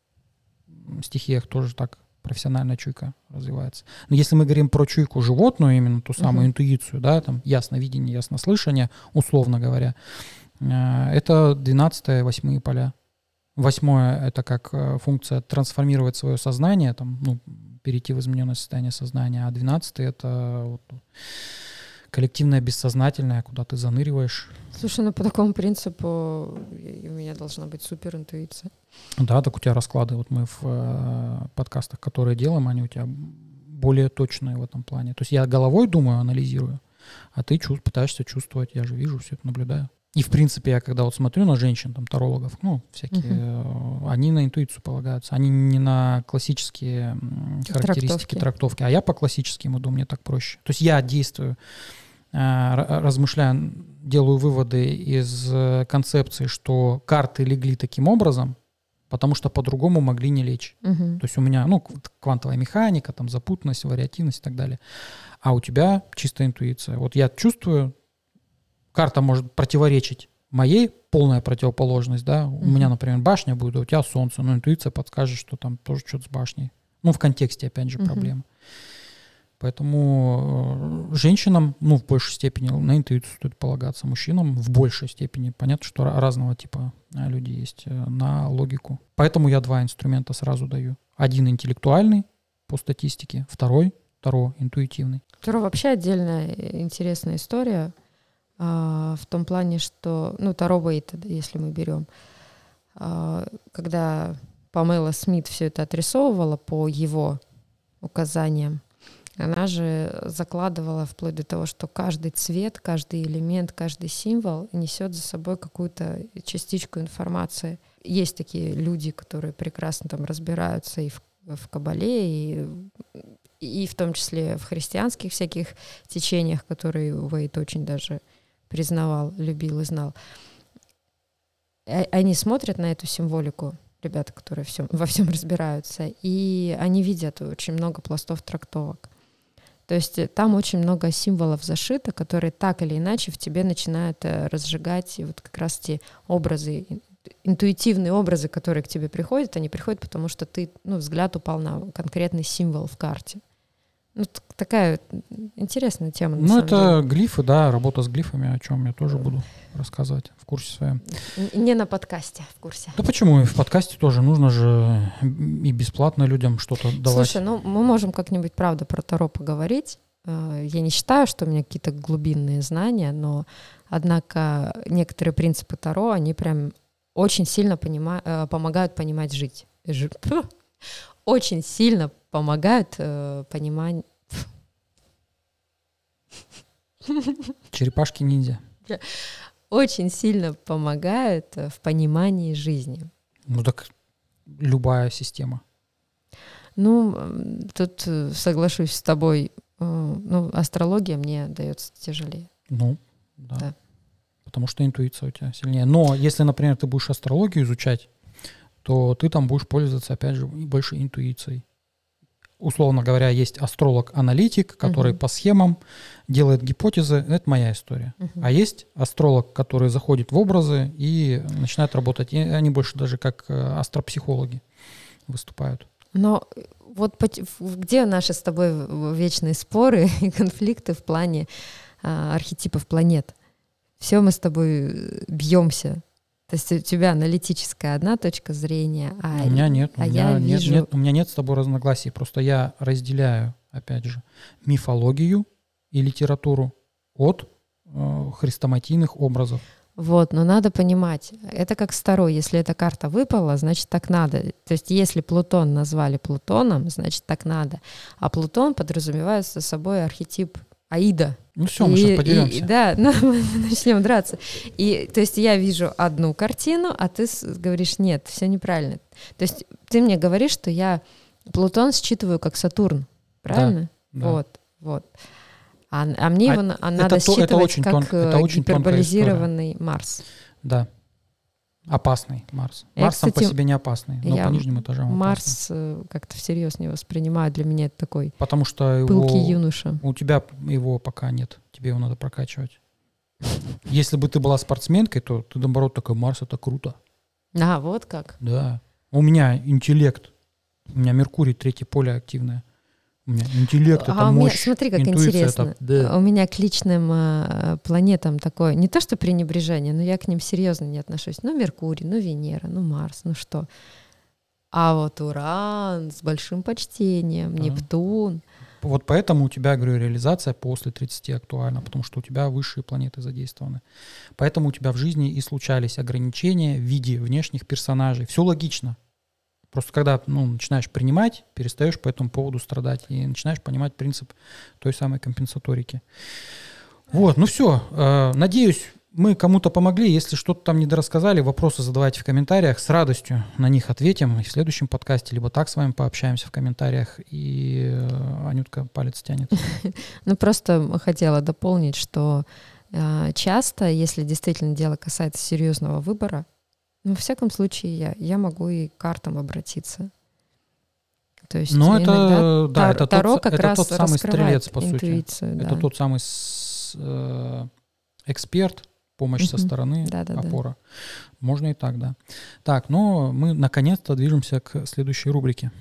стихиях тоже так профессиональная чуйка развивается. Но если мы говорим про чуйку животную, именно ту самую mm-hmm. интуицию, да, там ясновидение, яснослышание, условно говоря, э, это двенадцатое, восьмые поля. Восьмое — это как функция трансформировать свое сознание, там, ну, перейти в измененное состояние сознания, а двенадцатый — это вот коллективное бессознательное, куда ты заныриваешь. Слушай, ну по такому принципу у меня должна быть суперинтуиция. Да, так у тебя расклады, вот мы в э, подкастах, которые делаем, они у тебя более точные в этом плане. То есть я головой думаю, анализирую, а ты чувств, пытаешься чувствовать, я же вижу, все это наблюдаю. И, в принципе, я когда вот смотрю на женщин, там, тарологов, ну, всякие, uh-huh. они на интуицию полагаются, они не на классические характеристики, трактовки, трактовки, а я по классическим иду, мне так проще. То есть я действую, размышляю, делаю выводы из концепции, что карты легли таким образом, потому что по-другому могли не лечь. Uh-huh. То есть у меня, ну, квантовая механика, там, запутанность, вариативность и так далее. А у тебя чистая интуиция. Вот я чувствую, карта может противоречить моей, полная противоположность, да. Mm-hmm. У меня, например, башня будет, а у тебя солнце, но интуиция подскажет, что там тоже что-то с башней. Ну, в контексте, опять же, mm-hmm. проблемы. Поэтому э, женщинам, ну, в большей степени на интуицию стоит полагаться, мужчинам в большей степени. Понятно, что разного типа люди есть, э, на логику. Поэтому я два инструмента сразу даю. Один интеллектуальный по статистике, второй, второй интуитивный. Второй вообще отдельная интересная история. А, в том плане, что, ну, Таро Уэйта, если мы берем, а, когда Памела Смит все это отрисовывала по его указаниям, она же закладывала вплоть до того, что каждый цвет, каждый элемент, каждый символ несет за собой какую-то частичку информации. Есть такие люди, которые прекрасно там разбираются и в, в Кабале, и, и в том числе в христианских всяких течениях, которые Уэйт очень даже признавал, любил и знал. Они смотрят на эту символику, ребята, которые всем, во всем разбираются, и они видят очень много пластов трактовок. То есть там очень много символов зашито, которые так или иначе в тебе начинают разжигать вот как раз те образы, интуитивные образы, которые к тебе приходят, они приходят, потому что ты, ну, взгляд упал на конкретный символ в карте. Ну, такая интересная тема. Ну, это деле. Глифы, да, работа с глифами, о чем я тоже буду рассказывать в курсе своем. Не на подкасте, в курсе. Да почему? И в подкасте тоже нужно же и бесплатно людям что-то давать. Слушай, ну мы можем как-нибудь, правда, про Таро поговорить. Я не считаю, что у меня какие-то глубинные знания, но, однако, некоторые принципы Таро, они прям очень сильно понима- помогают понимать жить. Ж... Очень сильно помогают э, понимать... Черепашки-ниндзя. Очень сильно помогают в понимании жизни. Ну так любая система. Ну, тут соглашусь с тобой. Ну, астрология мне дается тяжелее. Ну, да. да. Потому что интуиция у тебя сильнее. Но если, например, ты будешь астрологию изучать, то ты там будешь пользоваться, опять же, больше интуицией. Условно говоря, есть астролог-аналитик, который uh-huh. по схемам делает гипотезы. Это моя история. Uh-huh. А есть астролог, который заходит в образы и начинает работать. И они больше даже как астропсихологи выступают. Но вот где наши с тобой вечные споры и конфликты в плане а, архетипов планет? Все мы с тобой бьемся. То есть у тебя аналитическая одна точка зрения, а, у меня нет, а у меня я нет, вижу... нет, у меня нет с тобой разногласий. Просто я разделяю, опять же, мифологию и литературу от э, хрестоматийных образов. Вот, но надо понимать, это как с Таро, если эта карта выпала, значит так надо. То есть если Плутон назвали Плутоном, значит так надо. А Плутон подразумевает за собой архетип Аида. Ну все, мы и, сейчас подеремся. И, да, ну, мы начнем драться. И, то есть я вижу одну картину, а ты говоришь, нет, все неправильно. То есть ты мне говоришь, что я Плутон считываю как Сатурн, правильно? Да, вот, да. вот. А, а мне а его а надо это, считывать это очень как тон, это очень гиперболизированный Марс. Да. Опасный Марс. Я, Марс кстати, сам по себе не опасный, но по нижним этажам Марс опасный. как-то всерьез не воспринимаю. Для меня это такой Потому что пылкий его, юноша. У тебя его пока нет. Тебе его надо прокачивать. Если бы ты была спортсменкой, то ты, наоборот, такой, Марс — это круто. А, вот как? Да. У меня интеллект. У меня Меркурий, третье поле активное. У меня интеллект — это а мощь. У меня, смотри, как интересно. Это, да. У меня к личным а, планетам такое, не то что пренебрежение, но я к ним серьезно не отношусь. Ну, Меркурий, ну, Венера, ну, Марс, ну что. А вот Уран с большим почтением, да. Нептун. Вот поэтому у тебя, говорю, реализация после тридцати актуальна, потому что у тебя высшие планеты задействованы. Поэтому у тебя в жизни и случались ограничения в виде внешних персонажей. Все логично. Просто когда ну, начинаешь принимать, перестаешь по этому поводу страдать и начинаешь понимать принцип той самой компенсаторики. Вот, ну все. Э, надеюсь, мы кому-то помогли. Если что-то там недорассказали, вопросы задавайте в комментариях. С радостью на них ответим и в следующем подкасте, либо так с вами пообщаемся в комментариях. И э, Анютка палец тянет. Ну просто хотела дополнить, что э, часто, если действительно дело касается серьезного выбора, ну, во всяком случае, я, я могу и к картам обратиться. То есть ну, это, иногда да, тар, это Таро тот, как это раз тот самый стрелец, по интуицию, сути. Да. Это тот самый с, э, эксперт, помощь uh-huh. со стороны, да, да, опора. Да. Можно и так, да. Так, ну, мы наконец-то движемся к следующей рубрике.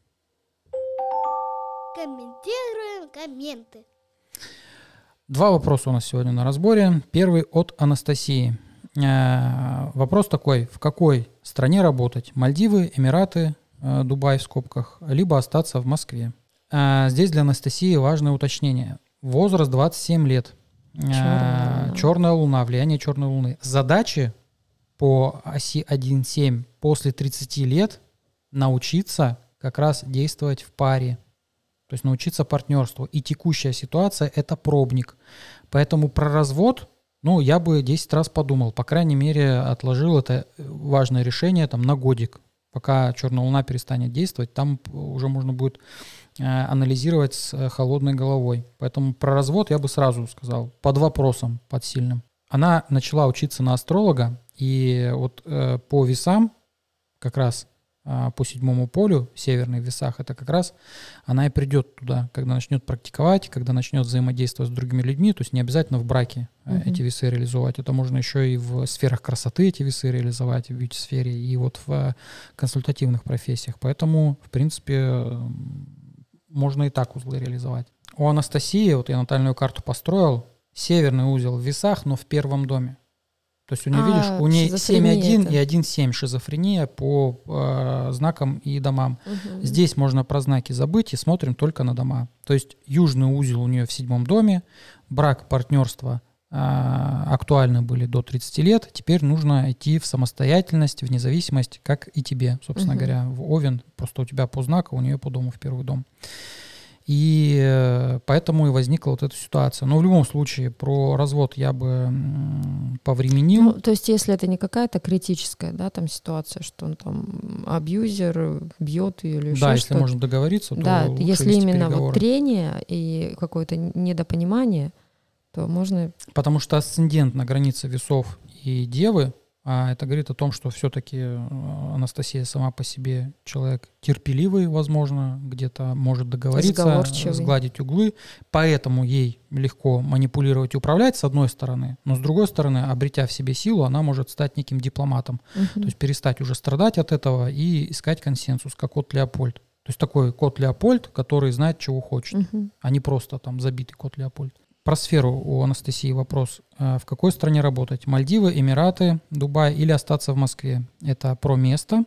Комментируем комменты. Два вопроса у нас сегодня на разборе. Первый от Анастасии. Вопрос такой: в какой стране работать? Мальдивы, Эмираты, Дубай в скобках, либо остаться в Москве? Здесь для Анастасии важное уточнение. Возраст двадцать семь лет. Черт. Да. Черная луна, влияние черной луны. Задачи по оси один семь после тридцати лет научиться как раз действовать в паре. То есть научиться партнерству. И текущая ситуация — это пробник. Поэтому про развод, ну, я бы десять раз подумал. По крайней мере, отложил это важное решение там, на годик. Пока черная луна перестанет действовать, там уже можно будет э, анализировать с холодной головой. Поэтому про развод я бы сразу сказал, под вопросом, под сильным. Она начала учиться на астролога, и вот э, по весам, как раз э, по седьмому полю, северных весах, это как раз она и придет туда, когда начнет практиковать, когда начнет взаимодействовать с другими людьми, то есть не обязательно в браке э, uh-huh. эти весы реализовать, это можно еще и в сферах красоты эти весы реализовать, в бьюти-сфере, и вот в э, консультативных профессиях. Поэтому, в принципе, э, можно и так узлы реализовать. У Анастасии, вот я натальную карту построил, северный узел в весах, но в первом доме. То есть у нее, а, видишь, у нее семь один и один семь шизофрения по э, знакам и домам. Угу. Здесь можно про знаки забыть и смотрим только на дома. То есть южный узел у нее в седьмом доме, брак, партнерство э, актуальны были до тридцати лет. Теперь нужно идти в самостоятельность, в независимость, как и тебе, собственно угу. говоря, в Овен. Просто у тебя по знаку, у нее по дому в первый дом. И поэтому и возникла вот эта ситуация. Но в любом случае про развод я бы повременил. Ну, то есть если это не какая-то критическая, да, там ситуация, что он там абьюзер, бьет ее или еще да, что-то. если можно договориться, то да, лучше если вести именно переговоры. Вот трение и какое-то недопонимание, то можно... Потому что асцендент на границе весов и девы, а это говорит о том, что все-таки Анастасия сама по себе человек терпеливый, возможно, где-то может договориться, сгладить углы, поэтому ей легко манипулировать и управлять, с одной стороны, но с другой стороны, обретя в себе силу, она может стать неким дипломатом, uh-huh. то есть перестать уже страдать от этого и искать консенсус, как кот Леопольд. То есть такой кот Леопольд, который знает, чего хочет, uh-huh. а не просто там забитый кот Леопольд. Про сферу у Анастасии вопрос. В какой стране работать? Мальдивы, Эмираты, Дубай или остаться в Москве? Это про место.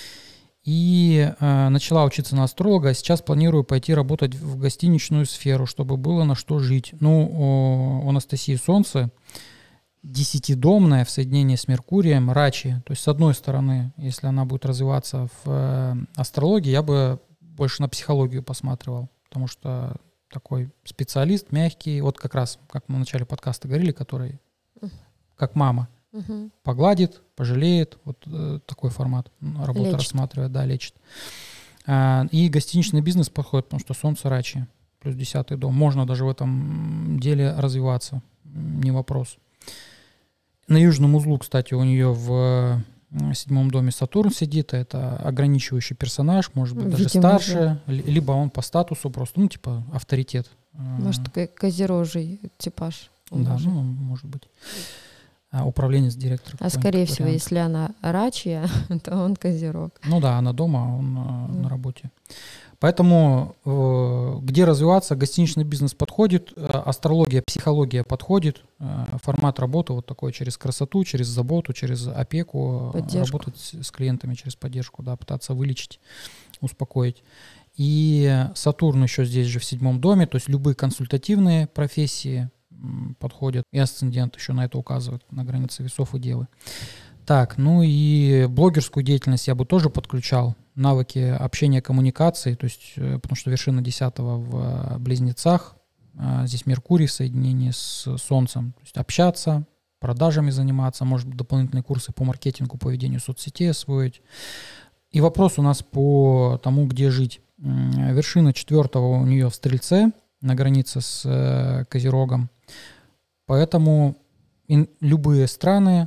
И э, начала учиться на астролога, а сейчас планирую пойти работать в гостиничную сферу, чтобы было на что жить. Ну, у, у Анастасии Солнце десятидомное в соединении с Меркурием, Рачи. То есть, с одной стороны, если она будет развиваться в э, астрологии, я бы больше на психологию посматривал, потому что такой специалист, мягкий, вот как раз, как мы в начале подкаста говорили, который как мама, угу. погладит, пожалеет, вот э, такой формат работы лечит. Рассматривает, да, лечит. А, и гостиничный бизнес подходит, потому что Солнце Рачи, плюс десятый дом. Можно даже в этом деле развиваться, не вопрос. На южном узлу, кстати, у нее в седьмом доме Сатурн сидит, это ограничивающий персонаж, может быть, даже Видимо, старше, да. либо он по статусу просто, ну, типа, авторитет. Может, такой козерожий типаж. Да, даже. Ну, может быть. А, управленец, директор. А скорее всего, вариант. Если она рачья, то он козерог. Ну да, она дома, а он mm. на работе. Поэтому э, где развиваться, гостиничный бизнес подходит, э, астрология, психология подходит, э, формат работы вот такой через красоту, через заботу, через опеку, поддержку. Работать с, с клиентами через поддержку, да, пытаться вылечить, успокоить. И Сатурн еще здесь же в седьмом доме, то есть любые консультативные профессии м, подходят, и асцендент еще на это указывает, на границе весов и девы. Так, ну и блогерскую деятельность я бы тоже подключал. Навыки общения, коммуникации, то есть, потому что вершина десятого в Близнецах, здесь Меркурий в соединении с Солнцем. То есть общаться, продажами заниматься, может быть, дополнительные курсы по маркетингу, по ведению соцсетей освоить. И вопрос у нас по тому, где жить. Вершина четвертого у нее в Стрельце, на границе с Козерогом. Поэтому любые страны,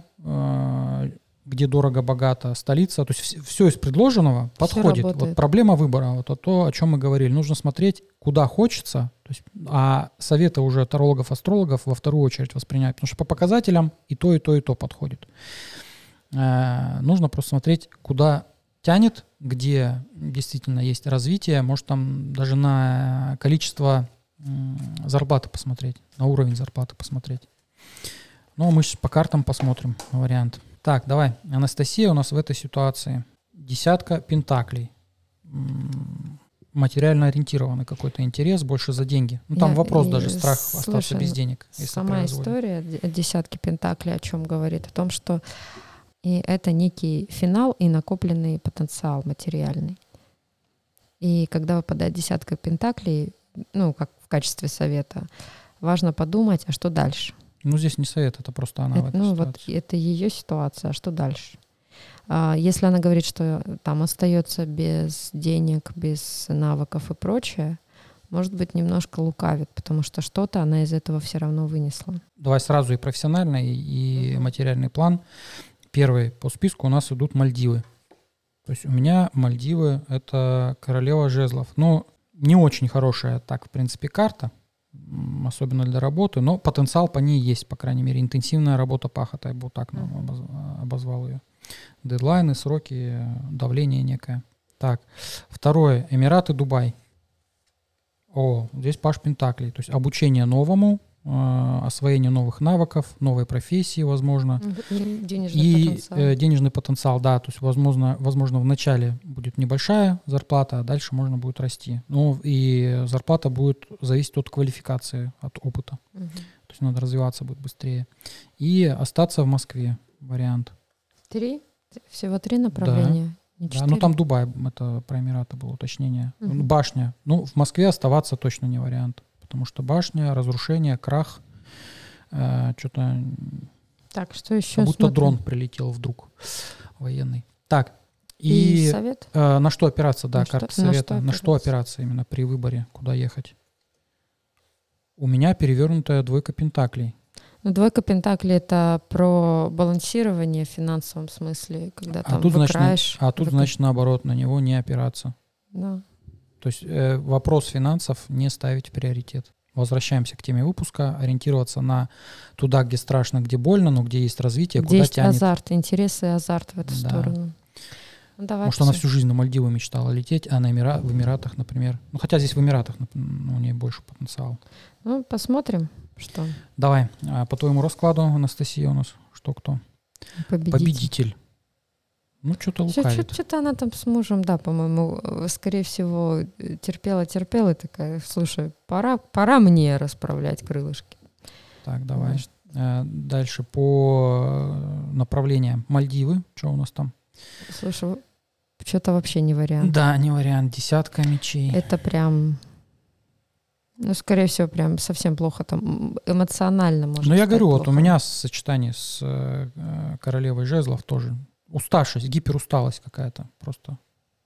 где дорого-богато, столица, то есть все из предложенного подходит. Вот проблема выбора, вот то, о чем мы говорили. Нужно смотреть, куда хочется, то есть, а советы уже тарологов, астрологов во вторую очередь воспринять, потому что по показателям и то, и то, и то подходит. Э, нужно просто смотреть, куда тянет, где действительно есть развитие, может там даже на количество м, зарплаты посмотреть, на уровень зарплаты посмотреть. Ну, мы сейчас по картам посмотрим вариант. Так, давай. Анастасия у нас в этой ситуации. Десятка пентаклей. материально ориентированный какой-то интерес, больше за деньги. Ну, там Я- вопрос и- даже страх остаться слушай, без денег. Если Сама при разводе. история д- десятки пентаклей о чем говорит? О том, что и это некий финал и накопленный потенциал материальный. И когда выпадает десятка пентаклей, ну, как в качестве совета, важно подумать, а что дальше? Ну, здесь не совет, это просто она в Это, этой ну, вот ситуации. это ее ситуация, а что дальше? А, если она говорит, что там остается без денег, без навыков и прочее, может быть, немножко лукавит, потому что что-то она из этого все равно вынесла. Давай сразу и профессиональный, и Мгм. материальный план. Первый по списку у нас идут Мальдивы. То есть у меня Мальдивы — это королева жезлов. Ну, не очень хорошая так, в принципе, карта, м, особенно для работы, но потенциал по ней есть, по крайней мере. Интенсивная работа пахота, я бы вот так ну, Мгм. обоз- обозвал ее. Дедлайны, сроки, давление некое. Так, второе. Эмираты, Дубай. О, здесь Паш Пентаклей. То есть обучение новому, э, освоение новых навыков, новой профессии, возможно. И денежный И потенциал. э, денежный потенциал, да, то есть, возможно, возможно, в начале будет небольшая зарплата, а дальше можно будет расти. Ну, и зарплата будет зависеть от квалификации, от опыта. Мгм. То есть надо развиваться будет быстрее. И остаться в Москве вариант. Три? Всего три направления? Не Да, ну четыре? там Дубай, это про Эмираты было уточнение. Мгм. Башня. Ну, в Москве оставаться точно не вариант, потому что башня, разрушение, крах, э, что-то Так, что еще? как будто смотрим? дрон прилетел вдруг военный. Так, И, и, совет? э, на что опираться, да, На карта что- на совета. что На что опираться? опираться именно при выборе, куда ехать? У меня перевернутая двойка пентаклей. Ну, двойка пентаклей — это про балансирование в финансовом смысле, когда А там тут, значит, на- выкраешь. а тут, выка- значит, наоборот, на него не опираться. Да. То есть э, вопрос финансов не ставить в приоритет. Возвращаемся к теме выпуска, ориентироваться на туда, где страшно, где больно, но где есть развитие, Где куда есть тянет. азарт, интерес и азарт в эту Да. сторону. Ну, давай. Может, она всё. всю жизнь на Мальдивы мечтала лететь, а на Эмира- в Эмиратах, например. Ну, хотя здесь в Эмиратах нап- ну, у нее больше потенциал. Ну, посмотрим, что Давай, а по твоему раскладу, Анастасия, у нас что кто? победитель. Победитель. Ну, что-то лукавит. Что-то она там с мужем, да, по-моему, э, скорее всего, э, терпела-терпела и такая, слушай, пора, пора мне расправлять крылышки. Так, давай. Знаешь, Э, Дальше по э, направлениям. Мальдивы. Что у нас там? Слушай, что-то вообще не вариант. Да, не вариант. Десятка мечей. Это прям, ну, скорее всего, прям совсем плохо там м, эмоционально можно. Ну, я стать говорю, вот у плохо. меня сочетание с э, э, королевой жезлов тоже. Уставшесть, гиперусталость какая-то просто.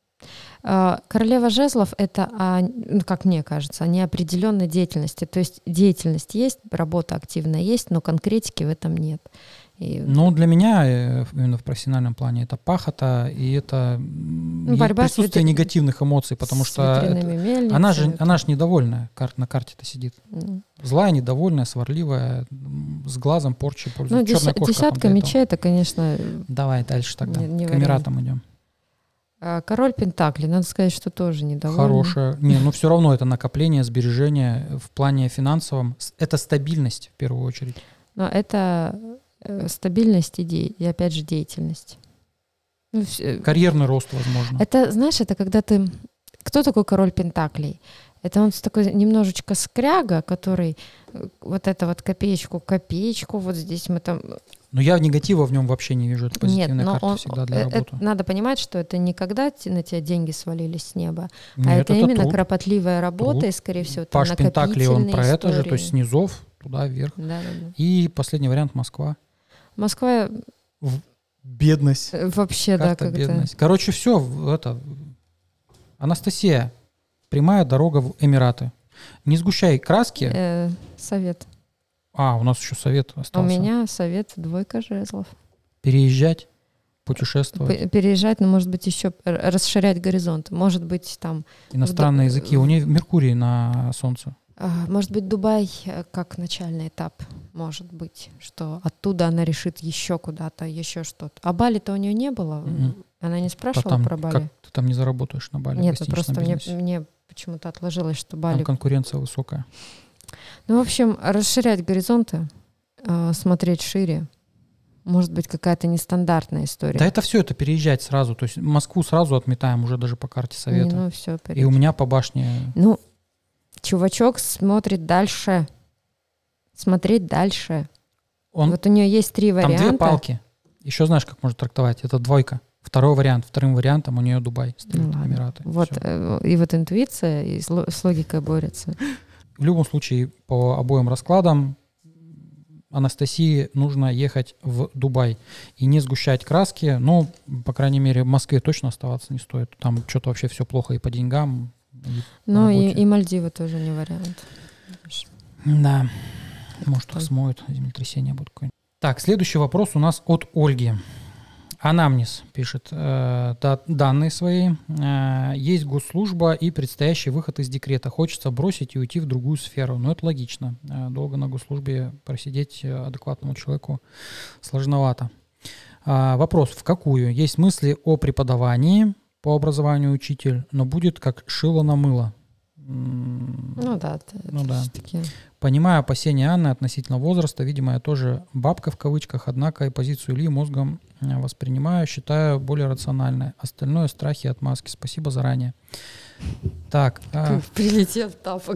А, Королева жезлов — это, о, ну, как мне кажется, о неопределенной деятельности. То есть деятельность есть, работа активная есть, но конкретики в этом нет. И Ну, для меня э, именно в профессиональном плане это пахота, и это м, Ну, е- борьба с присутствие ветря- негативных эмоций, потому с что это- ветряными мельницами. она же, она же недовольная кар- на карте-то сидит. М. Злая, недовольная, сварливая, м, с глазом порчи Ну, пользуется. деся- Черная кошка там десятка для этого. мечей — это, конечно, Давай дальше тогда. Не- не К вариант. Эмиратам идем. а, король пентаклей. Надо сказать, что тоже недовольный. Хорошая. Не, ну все равно это накопление, сбережение в плане финансовом. С- Это стабильность в первую очередь. Но это э, стабильность и, де- и опять же деятельность. Ну, вс- Карьерный рост, возможно. Это, знаешь, это когда ты... Кто такой король пентаклей? Это он с такой немножечко скряга, который э, вот это вот копеечку, копеечку, вот здесь мы там... Но я негатива в нем вообще не вижу. Это Нет, позитивная но карта он... всегда для э, работы. это надо понимать, что это не когда те- на тебя деньги свалились с неба, а Нет, это, именно труд. кропотливая работа, Труд. и, скорее всего, там Паш Пентакли, он накопительные про это же, то есть истории. с низов туда вверх. Да, да, да. И последний вариант Москва. Москва Бедность. э, вообще, да, Карта как-то... бедность. Короче, все, это. Анастасия, прямая дорога в Эмираты. Не сгущай краски. э, совет. А А, у нас еще совет У остался. меня совет двойка жезлов. Переезжать, путешествовать. П- Переезжать, но, может быть, еще р- расширять горизонт. Может быть, там, Иностранные в Ду- языки. У нее Меркурий на Солнце. а, может быть, Дубай э, как начальный этап. Может быть, что оттуда она решит еще куда-то, еще что-то. А Бали-то у нее не было? Мгм. Она не А спрашивала там, про Бали? как ты там не заработаешь на Бали? в Нет, ну гостиничном просто мне, бизнесе? мне почему-то отложилось, что Там Бали... конкуренция высокая. Ну, в общем, расширять горизонты, э, смотреть шире. Может быть, какая-то нестандартная история. Да это все, это переезжать сразу. То есть Москву сразу отметаем уже даже по карте совета. Не, ну, все, И у меня по башне... Ну, чувачок смотрит дальше. Смотреть дальше. Он... Вот у нее есть три варианта. Там две палки. Еще знаешь, как можно трактовать? Это двойка. Второй вариант. Вторым вариантом у нее Дубай стоит, Ну, Эмираты. Вот, Всё. и вот интуиция и с, ло- с логикой борются. В любом случае, по обоим раскладам Анастасии нужно ехать в Дубай и не сгущать краски. Ну, по крайней мере, в Москве точно оставаться не стоит. Там что-то вообще все плохо и по деньгам, и по Ну, и, работе. и Мальдивы тоже не вариант. Да, может, их Там. смоют, землетрясение будет какое-нибудь. Так, следующий вопрос у нас от Ольги. Анамнез пишет э, да- данные свои. Э, есть госслужба и предстоящий выход из декрета. Хочется бросить и уйти в другую сферу. Но это логично. Э, долго на госслужбе просидеть э, адекватному человеку сложновато. А, вопрос, в какую? Есть мысли о преподавании по образованию учитель, но будет как шило на мыло. М, Ну да, это, Ну это да. ж такие. Понимаю опасения Анны относительно возраста. Видимо, я тоже бабка в кавычках, однако и позицию Ильи мозгом э, воспринимаю, считаю более рациональной. Остальное страхи и отмазки. Спасибо заранее. Так, а, Прилетел тапок.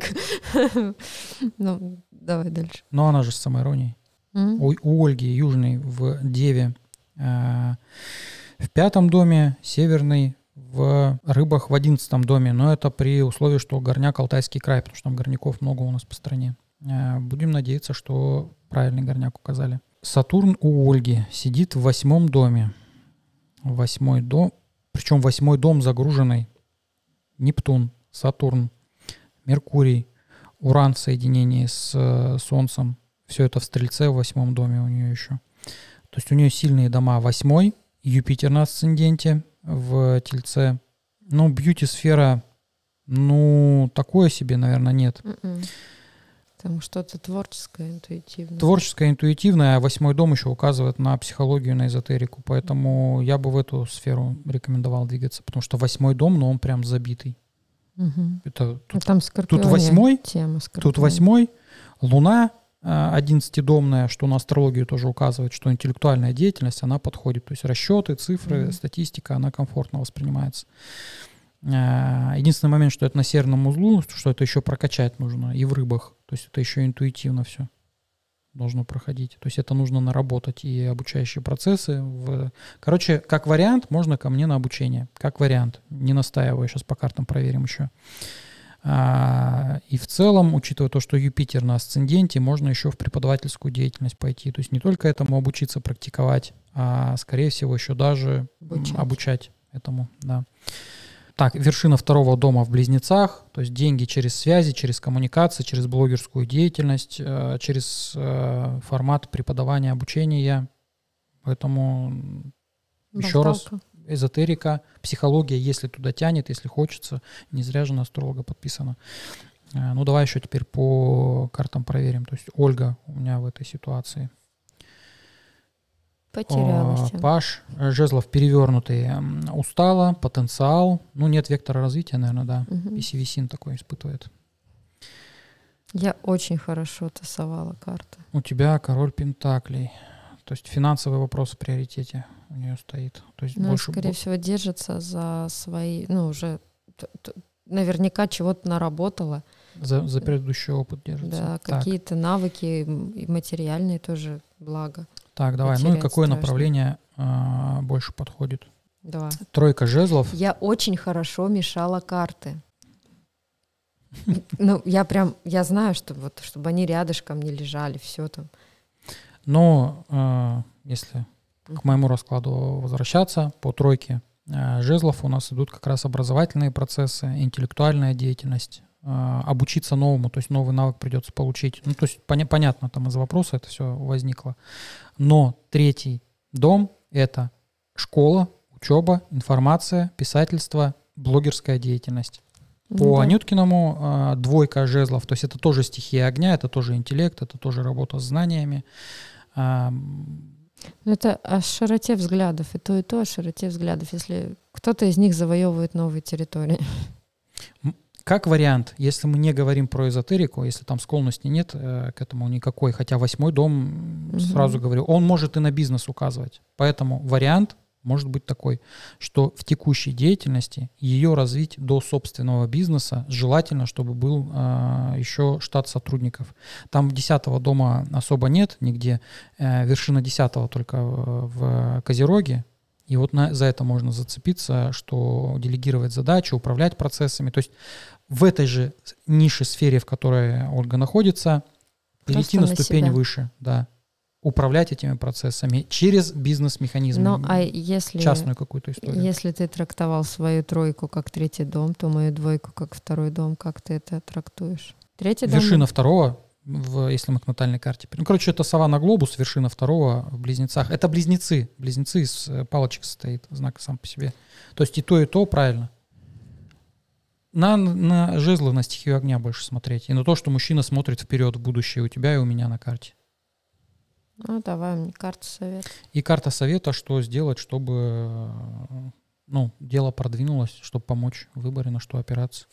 Ну, давай дальше. ну она же с самоиронией. М? У, у Ольги Южной в Деве э, в пятом доме, Северный в Рыбах в одиннадцатом доме. Но это при условии, что горняк Алтайский край, потому что там горняков много у нас по стране. Э, будем надеяться, что правильный горняк указали. Сатурн у Ольги сидит в восьмом доме. Восьмой дом, причем восьмой дом загруженный. Нептун, Сатурн, Меркурий, Уран в соединении с э, Солнцем. Все это в Стрельце, в восьмом доме у нее еще. То есть у нее сильные дома. Восьмой, Юпитер на асценденте в Тельце. Ну, бьюти-сфера, ну, такое себе, наверное, нет. М-м. Там что-то творческое, интуитивное. Творческое, интуитивное, а восьмой дом еще указывает на психологию, на эзотерику. Поэтому я бы в эту сферу рекомендовал двигаться. Потому что восьмой дом, но он прям забитый. Мгм. Это Ну, тут, там скорпионе восьмой, тема тут скорпион. восьмой, Луна а, одиннадцатидомная, что на астрологию тоже указывает, что интеллектуальная деятельность, она подходит. То есть расчеты, цифры, Мгм. статистика, она комфортно воспринимается. А, Единственный момент, что это на северном узлу, что это еще прокачать нужно и в рыбах. То есть это еще интуитивно все должно проходить. То есть это нужно наработать и обучающие процессы. В... Короче, как вариант, можно ко мне на обучение. Как вариант. Не настаиваю, сейчас по картам проверим еще. А, и в целом, учитывая то, что Юпитер на асценденте, можно еще в преподавательскую деятельность пойти. То есть не только этому обучиться, практиковать, а, скорее всего, еще даже м, Обучать. обучать этому. Да. Так, вершина второго дома в Близнецах, то есть деньги через связи, через коммуникации, через блогерскую деятельность, э, через э, формат преподавания, обучения. Поэтому м, еще раз, Болталка. эзотерика, психология, если туда тянет, если хочется, не зря же на астролога подписано. Э, Ну, давай еще теперь по картам проверим. То есть Ольга у меня в этой ситуации. Потерялась. О, Паш, э, жезлов перевернутый. м, Устала, потенциал. Ну, нет вектора развития, наверное, да. Мгм. Пессивисин такой испытывает. Я очень хорошо тасовала карты. У тебя король пентаклей. То есть финансовый вопрос в приоритете у нее стоит. То есть Ну, больше... скорее бо- всего, держится за свои, ну, уже т- т- наверняка чего-то наработала. За, за предыдущий опыт держится. Да, Так, какие-то навыки м, и материальные тоже благо. так, давай. Ну и потерять какое страшно. направление а, больше подходит? Два. Тройка жезлов. Я очень хорошо мешала карты. Ну, я прям, я знаю, что вот, чтобы они рядышком не лежали, все там. Но э, если к моему раскладу возвращаться, по тройке э, жезлов у нас идут как раз образовательные процессы, интеллектуальная деятельность, э, обучиться новому, то есть новый навык придется получить. Ну, то есть поня- понятно, там из вопроса это все возникло. Но третий дом — это школа, учеба, информация, писательство, блогерская деятельность. По Ну да. Анюткиному э, двойка жезлов, то есть это тоже стихия огня, это тоже интеллект, это тоже работа с знаниями. А, Ну, это о широте взглядов, и то, и то о широте взглядов, если кто-то из них завоевывает новые территории. Как вариант, если мы не говорим про эзотерику, если там склонности нет э, к этому никакой, хотя восьмой дом, Мгм. сразу говорю, он может и на бизнес указывать. Поэтому вариант может быть такой, что в текущей деятельности ее развить до собственного бизнеса, желательно, чтобы был э, еще штат сотрудников. Там десятого дома особо нет нигде, э, вершина десятого только в, в Козероге. И вот на, за это можно зацепиться, что делегировать задачи, управлять процессами. То есть в этой же нише, сфере, в которой Ольга находится, перейти Просто на на ступень себя. выше, да. Управлять этими процессами через бизнес-механизм, Ну, а если, частную какую-то историю. если ты трактовал свою тройку как третий дом, то мою двойку как второй дом, как ты это трактуешь? Третий дом? Вершина второго, в, если мы к натальной карте. Ну, короче, это сова на глобус, вершина второго в близнецах. Это близнецы. Близнецы из э, палочек состоит, знак сам по себе. То есть и то, и то правильно. На, на жезлы, на стихию огня больше смотреть. И на то, что мужчина смотрит вперед в будущее у тебя и у меня на карте. Ну, давай мне карту совет. И карта совета, что сделать, чтобы э, ну, дело продвинулось, чтобы помочь в выборе, на что опираться.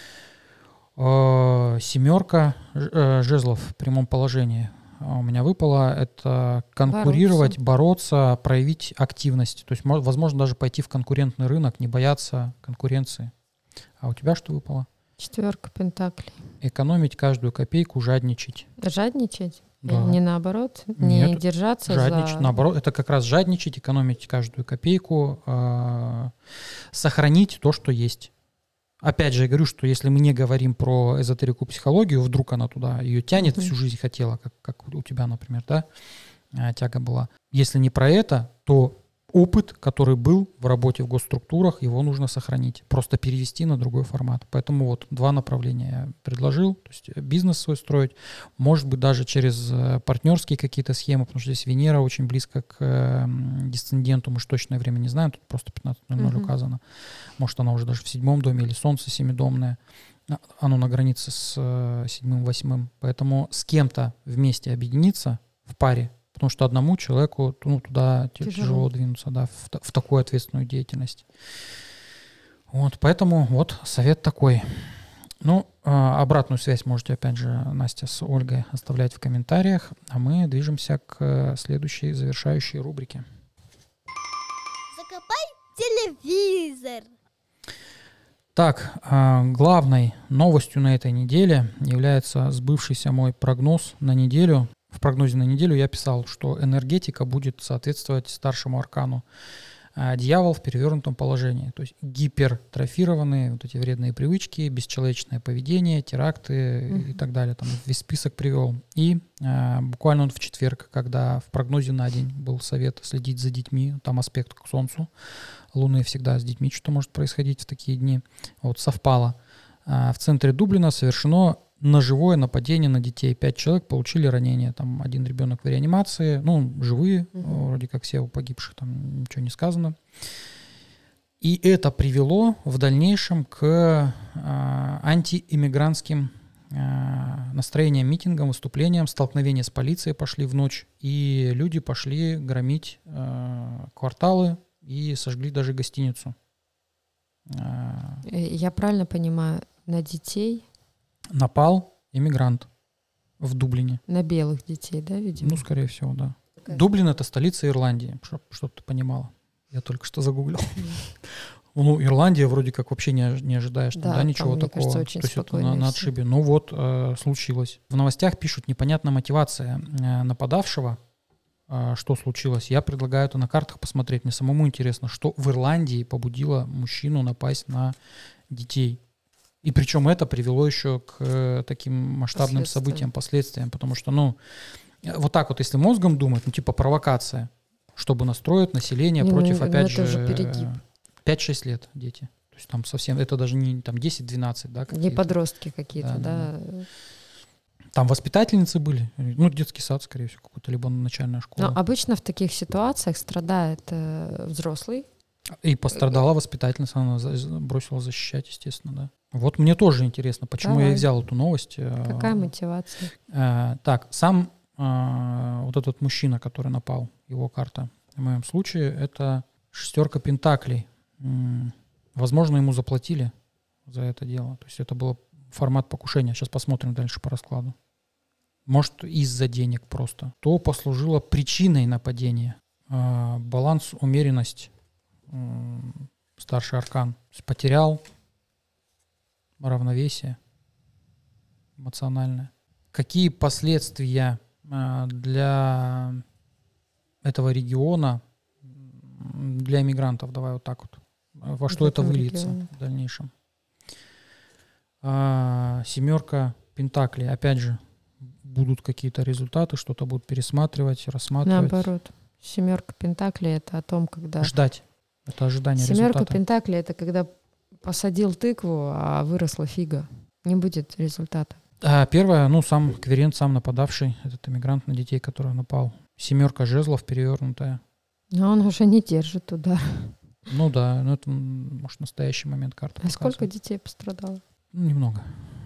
Э, Семерка ж- э, жезлов в прямом положении а у меня выпала. Это конкурировать, бороться, проявить активность. То есть, мо- возможно, даже пойти в конкурентный рынок, не бояться конкуренции. А у тебя что выпало? Четверка пентаклей. Экономить каждую копейку, жадничать. Жадничать? Да. Не наоборот? Не Нет, держаться Жадничать, за... наоборот, это как раз жадничать, экономить каждую копейку, э, сохранить то, что есть. Опять же, я говорю, что если мы не говорим про эзотерику, психологию, вдруг она туда ее тянет, Мгм. всю жизнь хотела, как, как у тебя, например, да, э, тяга была. Если не про это, то опыт, который был в работе в госструктурах, его нужно сохранить, просто перевести на другой формат. Поэтому вот два направления я предложил, то есть бизнес свой строить, может быть, даже через э, партнерские какие-то схемы, потому что здесь Венера очень близко к э, м, дисценденту, мы же точное время не знаем, тут просто пятнадцать ноль ноль Мгм. указано. Может, она уже даже в седьмом доме или Солнце семидомное. А- Оно на границе с э, седьмым, восьмым. Поэтому с кем-то вместе объединиться в паре, потому что одному человеку ну, туда ти- Тяжело. тяжело двинуться, да, в, та- в такую ответственную деятельность. Вот, поэтому вот совет такой. Ну, а, обратную связь можете, опять же, Настя с Ольгой оставлять в комментариях, а мы движемся к э, следующей завершающей рубрике. Закопай телевизор. Так, а, главной новостью на этой неделе является сбывшийся мой прогноз на неделю. В прогнозе на неделю я писал, что энергетика будет соответствовать старшему аркану. А дьявол в перевернутом положении. То есть гипертрофированные вот эти вредные привычки, бесчеловечное поведение, теракты и Мгм. так далее. Там весь список привел. И а, буквально вот в четверг, когда в прогнозе на день был совет следить за детьми, там аспект к Солнцу, Луны всегда с детьми, что может происходить в такие дни, вот совпало. А, в центре Дублина совершено ножевое нападение на детей. Пять человек получили ранения. Там один ребенок в реанимации, ну, живые, Мгм. вроде как все у погибших, там ничего не сказано. И это привело в дальнейшем к а, антииммигрантским а, настроениям, митингам, выступлениям, столкновения с полицией пошли в ночь, и люди пошли громить а, кварталы и сожгли даже гостиницу. А, Э, Я правильно понимаю, на детей, напал иммигрант в Дублине. на белых детей, да, видимо? Ну, скорее всего, да. Такая- Дублин — это столица Ирландии, чтобы ты понимала. Я только что загуглил. Ну, Ирландия вроде как вообще не, ож- не ожидаешь там, Да, да, там, ничего мне такого. кажется, очень То есть это на, спокойно на всё. отшибе. Ну вот, э, случилось. В новостях пишут непонятная мотивация э, нападавшего. Э, что случилось? Я предлагаю это на картах посмотреть. Мне самому интересно, что в Ирландии побудило мужчину напасть на детей. И причем это привело еще к э, таким масштабным Последствиям. событиям, последствиям. Потому что, ну, э, вот так вот, если мозгом думать, ну, типа провокация, чтобы настроить население Не, ну, против, ну, опять это же, же перегиб. пять-шесть лет дети. То есть там совсем, это даже не там десять-двенадцать, да, Не какие-то. подростки какие-то, Да, да. Там воспитательницы были, ну, детский сад, скорее всего, какой-то, либо начальная школа. Но обычно в таких ситуациях страдает э, взрослый. И пострадала воспитательница, она за- за- бросила защищать, естественно, да. Вот мне тоже интересно, почему я и Давай. взял эту новость. э, Какая мотивация? Э, так, сам э, вот этот мужчина, который напал, его карта, в моем случае, это шестерка пентаклей. М, Возможно, ему заплатили за это дело. То есть это был формат покушения. Сейчас посмотрим дальше по раскладу. Может, из-за денег просто. То послужило причиной нападения. Э, баланс, умеренность. Э, старший аркан потерял равновесие эмоциональное. Какие последствия э, для этого региона, для иммигрантов, давай вот так вот, во что это выльется регионе в дальнейшем? А, семерка пентаклей, опять же, будут какие-то результаты, что-то будут пересматривать, рассматривать. Наоборот, семерка пентаклей — это о том, когда... Ждать. Это ожидание Семерка результата. пентаклей — это когда посадил тыкву, а выросла фига. Не будет результата. А, первое, ну, сам Кверент, сам нападавший, этот иммигрант на детей, который напал. Семерка жезлов перевернутая. Но он уже не держит удар. Ну да, ну это, может, настоящий момент карты. А сколько детей пострадало? Ну, немного.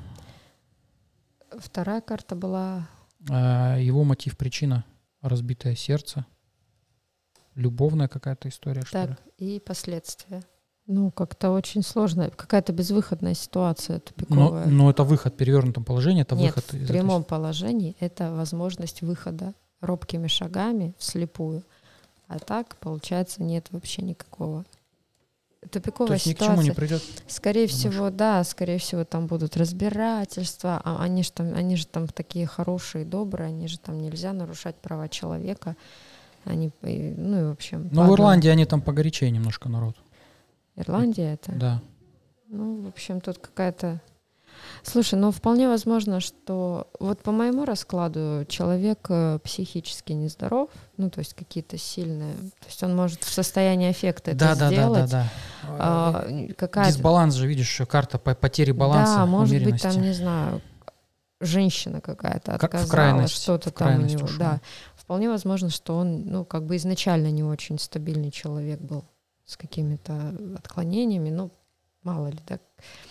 Вторая карта была... А, его мотив, причина — разбитое сердце. Любовная какая-то история, что так, ли? и последствия. Ну, как-то очень сложно. Какая-то безвыходная ситуация тупиковая. Но, но это выход в перевернутом положении, это Нет, выход из в прямом этой... положении это возможность выхода робкими шагами вслепую. А так, получается, нет вообще никакого. Тупиковая То есть ситуация. ни к чему не придет? Скорее Думаешь? всего, да, скорее всего, там будут разбирательства. А они же там, они же там такие хорошие, добрые, они же там нельзя нарушать права человека. Они, ну и в общем. Ну, в Ирландии они там погорячее немножко народ. Ирландия это? Да. Ну, в общем, тут какая-то... Слушай, ну вполне возможно, что вот по моему раскладу человек психически нездоров, ну, то есть какие-то сильные... То есть он может в состоянии аффекта да, это да, сделать. Да, да, да. А, какая-то... Дисбаланс же, видишь, карта по потери баланса, да, может умеренности. быть, там, не знаю, женщина какая-то отказала, в крайность, что-то в там у него. ушла. Да. Вполне возможно, что он, ну, как бы изначально не очень стабильный человек был с какими-то отклонениями, ну, мало ли, да.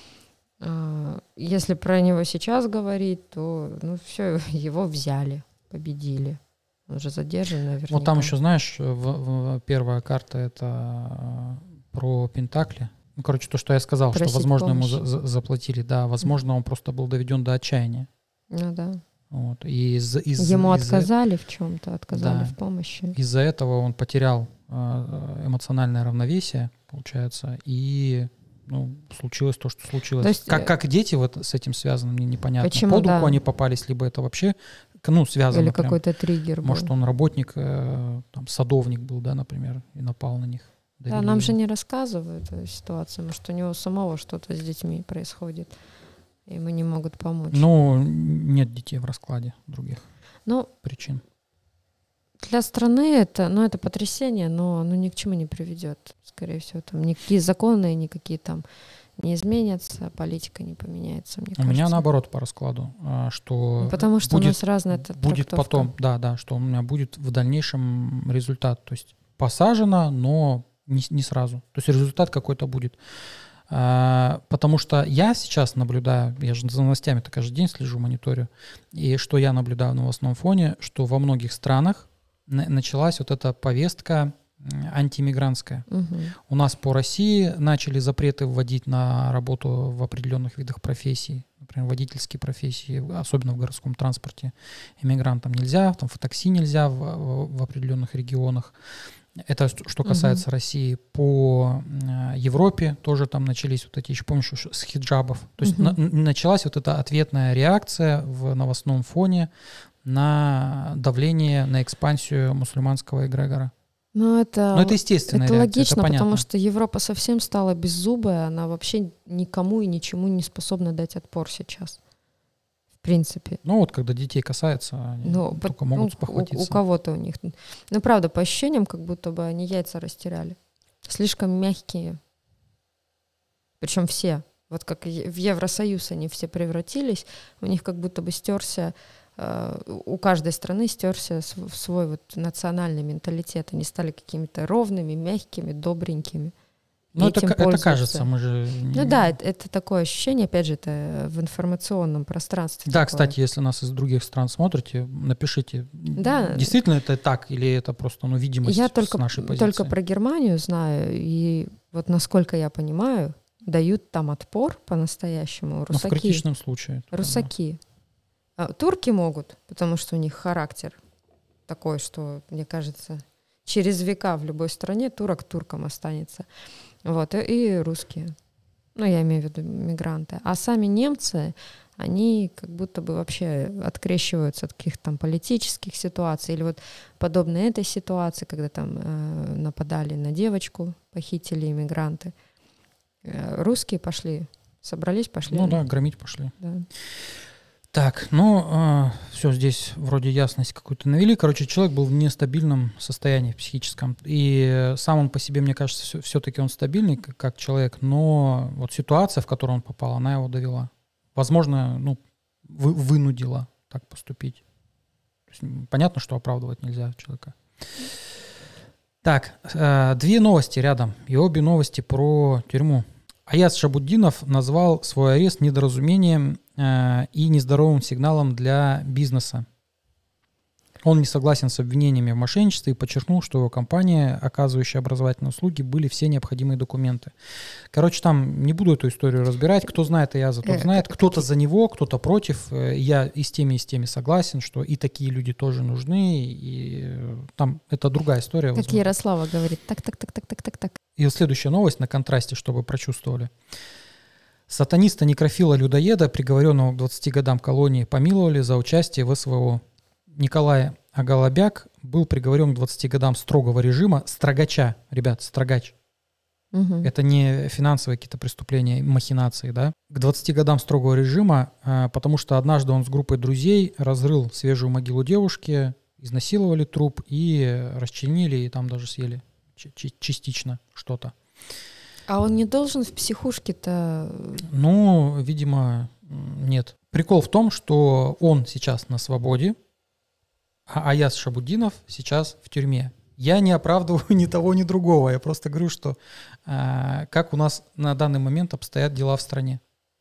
А, если про него сейчас говорить, то, ну, все, его взяли, победили. Он же задержан, наверняка. Вот там еще, знаешь, в, в, первая карта — это про Пентакли. Ну, короче, то, что я сказал, Просить что, возможно, помощи. ему за, за, заплатили. Да, возможно, он просто был доведен до отчаяния. Ну да. Вот. И из, из, Ему из, отказали в чем-то, отказали да. в помощи. Из-за этого он потерял э, эмоциональное равновесие, получается, и ну, случилось то, что случилось. То есть, как, как дети вот с этим связаны, мне непонятно. Почему, Под руку да. они попались, либо это вообще ну, связано. Или прям. какой-то триггер был. Может, он работник, э, там, садовник был, да, например, и напал на них. Да, нам же не рассказывают эту ситуацию. Может, у него самого что-то с детьми происходит, и ему не могут помочь. Ну, нет детей в раскладе других ну, причин. Для страны это, ну, это потрясение, но оно ни к чему не приведет. Скорее всего, там никакие законы, никакие там не изменятся, политика не поменяется, мне У кажется. меня наоборот по раскладу, что ну, потому что будет, у нас разная будет трактовка. потом, да, да, что у меня будет в дальнейшем результат. То есть посажено, но не, не сразу. То есть результат какой-то будет. А, потому что я сейчас наблюдаю, я же за новостями-то каждый день слежу, мониторю, и что я наблюдаю в новостном фоне, что во многих странах на- началась вот эта повестка антииммигрантская. Угу. У нас по России начали запреты вводить на работу в определенных видах профессий, например, водительские профессии, особенно в городском транспорте. Иммигрантам нельзя, там в такси нельзя в, в, в определенных регионах. Это что касается угу. России. По Европе тоже там начались вот эти, еще помнишь, с хиджабов. То есть угу. на, началась вот эта ответная реакция в новостном фоне на давление, на экспансию мусульманского эгрегора. Ну, это, Но это естественная это реакция, логично, это потому что Европа совсем стала беззубая, она вообще никому и ничему не способна дать отпор сейчас. В принципе. Ну вот, когда детей касается, они ну, только по, могут ну, спохватиться. У, у кого-то у них. Ну, правда, по ощущениям, как будто бы они яйца растеряли. Слишком мягкие. Причем все. Вот как в Евросоюз они все превратились, у них как будто бы стерся, э, у каждой страны стерся свой, свой вот национальный менталитет. Они стали какими-то ровными, мягкими, добренькими. Ну, это, это кажется, мы же... Ну да, это, это такое ощущение, опять же, это в информационном пространстве. Да, такое. кстати, если нас из других стран смотрите, напишите, да. действительно это так, или это просто ну, видимость я с только, нашей позиции. только про Германию знаю, и вот насколько я понимаю, дают там отпор по-настоящему. Ну, в Русаки. критичном случае. Русаки. А, турки могут, потому что у них характер такой, что, мне кажется, через века в любой стране турок турком останется. Вот, и, и русские. Ну, я имею в виду мигранты. А сами немцы, они как будто бы вообще открещиваются от каких-то там политических ситуаций. Или вот подобно этой ситуации, когда там э, нападали на девочку, похитили иммигранты. Э, русские пошли, собрались, пошли. Ну да, громить пошли. Да. Так, ну, э, все, здесь вроде ясность какую-то навели. Короче, человек был в нестабильном состоянии психическом. И сам он по себе, мне кажется, все, все-таки он стабильный как, как человек, но вот ситуация, в которую он попал, она его довела. Возможно, ну, вы, вынудила так поступить. То есть, понятно, что оправдывать нельзя человека. Так, э, две новости рядом. И обе новости про тюрьму. Аяз Шабуддинов назвал свой арест недоразумением э, и нездоровым сигналом для бизнеса. Он не согласен с обвинениями в мошенничестве и подчеркнул, что его компания, оказывающая образовательные услуги, были все необходимые документы. Короче, там не буду эту историю разбирать. Кто знает Аяза, тот знает. Кто-то за него, кто-то против. Я и с теми, и с теми согласен, что и такие люди тоже нужны. И там это другая история. Как возможно. Ярослава говорит. Так, так, так, так, так, так, так. И вот следующая новость на контрасте, чтобы прочувствовали. Сатаниста-некрофила-людоеда, приговоренного к двадцати годам колонии, помиловали за участие в СВО. Николай Агалабяк был приговорен к двадцати годам строгого режима, строгача, ребят, строгач. Угу. Это не финансовые какие-то преступления, махинации, да. К двадцати годам строгого режима, потому что однажды он с группой друзей разрыл свежую могилу девушки, изнасиловали труп и расчленили, и там даже съели частично что-то. А он не должен в психушке-то... Ну, видимо, нет. Прикол в том, что он сейчас на свободе, а Аяз Шабуддинов сейчас в тюрьме. Я не оправдываю ни того, ни другого. Я просто говорю, что э, как у нас на данный момент обстоят дела в стране.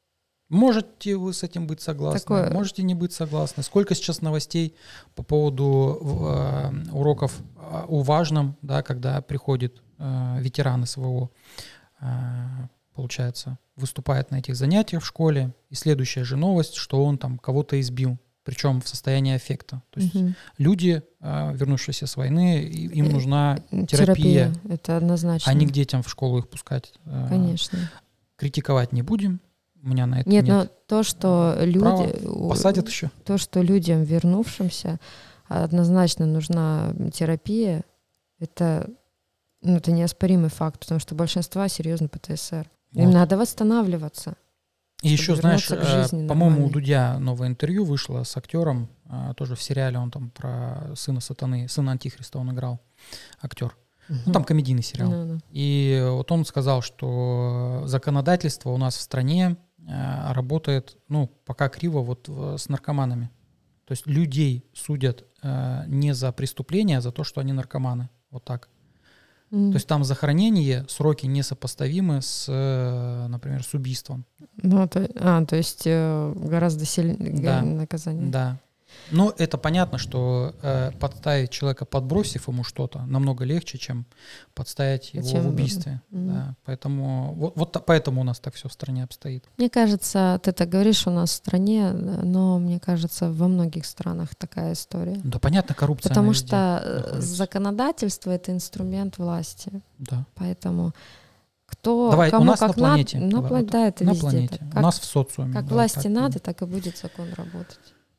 Можете вы с этим быть согласны, Такое... можете не быть согласны. Сколько сейчас новостей по поводу э, уроков о важном, да, когда приходят э, ветераны СВО, э, получается, выступает на этих занятиях в школе. И следующая же новость, что он там кого-то избил. Причем в состоянии аффекта. То есть угу. люди, вернувшиеся с войны, им нужна терапия. Терапия, это однозначно. А не к детям в школу их пускать. Конечно. Критиковать не будем. У меня на это нет. нет. Но то, что люди... Посадят еще. То, что людям, вернувшимся, однозначно нужна терапия, это, ну, это неоспоримый факт, потому что большинство серьезно ПТСР. Вот. Им надо восстанавливаться. И еще, знаешь, по-моему, у Дудя новое интервью вышло с актером, тоже в сериале, он там про сына сатаны, сына Антихриста он играл, актер. Uh-huh. Ну, там комедийный сериал. Uh-huh. И вот он сказал, что законодательство у нас в стране работает, ну, пока криво вот с наркоманами. То есть людей судят не за преступления, а за то, что они наркоманы. Вот так. Mm. То есть там за хранение сроки несопоставимы с, например, с убийством. Ну, то, а, то есть э, гораздо сильнее да. наказание. Да. Ну, это понятно, что э, подставить человека, подбросив ему что-то, намного легче, чем подставить его чем? в убийстве. Mm-hmm. Да. Поэтому вот, вот поэтому у нас так все в стране обстоит. Мне кажется, ты так говоришь у нас в стране, но мне кажется, во многих странах такая история. Да, понятно, коррупция. Потому что находится. Законодательство — это инструмент власти. Да. Поэтому кто Давай, кому у нас как на планете. Надо, на, давай, да, это на везде планете. так. У Как, нас в социуме. Как да, власти так, надо, да. так и будет закон работать.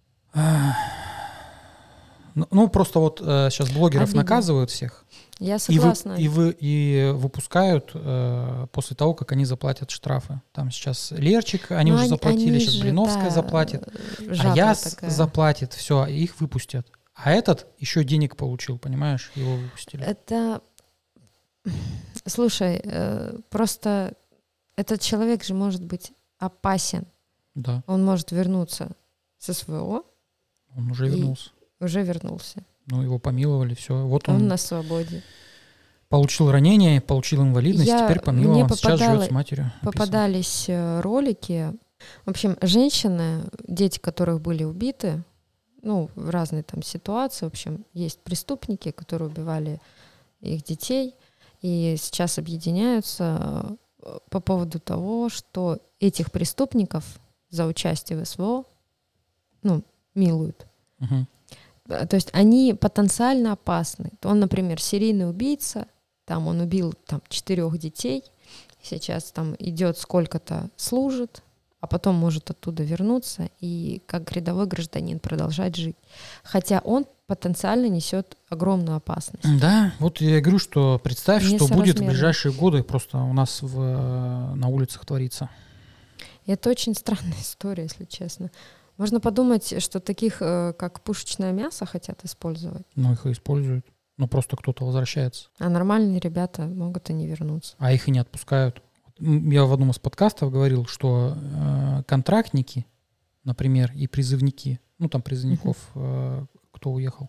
Ну, ну просто вот э, сейчас блогеров Обидно. Наказывают всех. Я согласна. И, вы, и, вы, и выпускают э, после того, как они заплатят штрафы. Там сейчас Лерчик, они Но уже они, заплатили, они сейчас же, Блиновская да, заплатит, Аяз заплатит, все, их выпустят. А этот еще денег получил, понимаешь, его выпустили. Это, слушай, э, просто этот человек же может быть опасен. Да. Он может вернуться с СВО. Он уже вернулся. Уже вернулся. Ну, его помиловали, все. Вот он, он на свободе. Получил ранение, получил инвалидность, Я, теперь помилован, попадала, сейчас живет с матерью. Попадались написано. Ролики. В общем, женщины, дети которых были убиты, ну, в разные там ситуации, в общем, есть преступники, которые убивали их детей, и сейчас объединяются по поводу того, что этих преступников за участие в СВО, ну, милуют. Угу. То есть они потенциально опасны. Он, например, серийный убийца, там он убил там, четырех детей, сейчас там идет сколько-то, служит, а потом может оттуда вернуться и как рядовой гражданин продолжать жить. Хотя он потенциально несет огромную опасность. Да, вот я говорю, что представь, что будет в Несоразмерно. ближайшие годы просто у нас в, на улицах творится. И это очень странная история, если честно. Можно подумать, что таких, э, как пушечное мясо, хотят использовать. Ну, их и используют. Ну, просто кто-то возвращается. А нормальные ребята могут и не вернуться. А их и не отпускают. М, Я в одном из подкастов говорил, что э, контрактники, например, и призывники, ну, там призывников, э, кто уехал,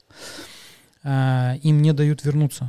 э, им не дают вернуться.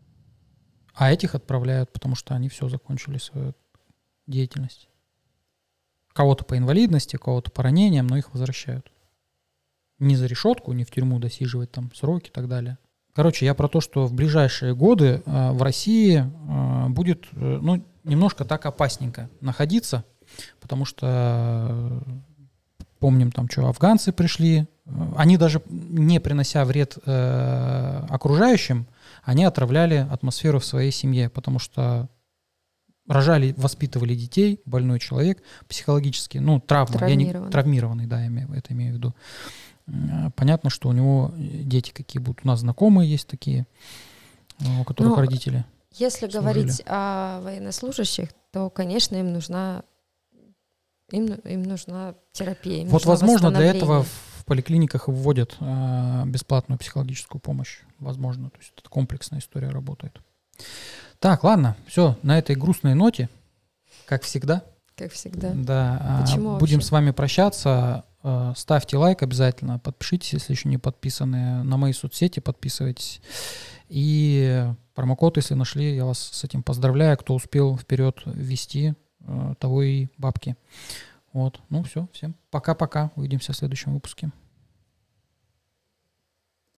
А этих отправляют, потому что они все закончили свою деятельность. Кого-то по инвалидности, кого-то по ранениям, но их возвращают. Не за решетку, не в тюрьму досиживать там сроки и так далее. Короче, я про то, что в ближайшие годы э, в России э, будет э, ну, немножко так опасненько находиться, потому что э, помним там, что афганцы пришли, э, они даже не принося вред э, окружающим, они отравляли атмосферу в своей семье, потому что рожали, воспитывали детей, больной человек психологически, ну, травма, я не, Травмированный. травмированный, да, я имею, это имею в виду. М, Понятно, что у него дети какие будут. У нас знакомые есть такие, э, у которых Но родители. Если служили. говорить о военнослужащих, то, конечно, им нужна, им, ну- им нужна терапия. Им Вот, нужно возможно, для этого восстановление. в поликлиниках и вводят э, бесплатную психологическую помощь. Возможно, то есть это комплексная история работает. Так, ладно, все, на этой грустной ноте, как всегда, Как всегда. да, а, Почему будем вообще? с вами прощаться. Э, Ставьте лайк обязательно, подпишитесь, если еще не подписаны, на мои соцсети подписывайтесь. И промокод, если нашли, я вас с этим поздравляю. Кто успел вперед ввести, э, того и бабки. Вот, ну все, всем пока-пока. Увидимся в следующем выпуске.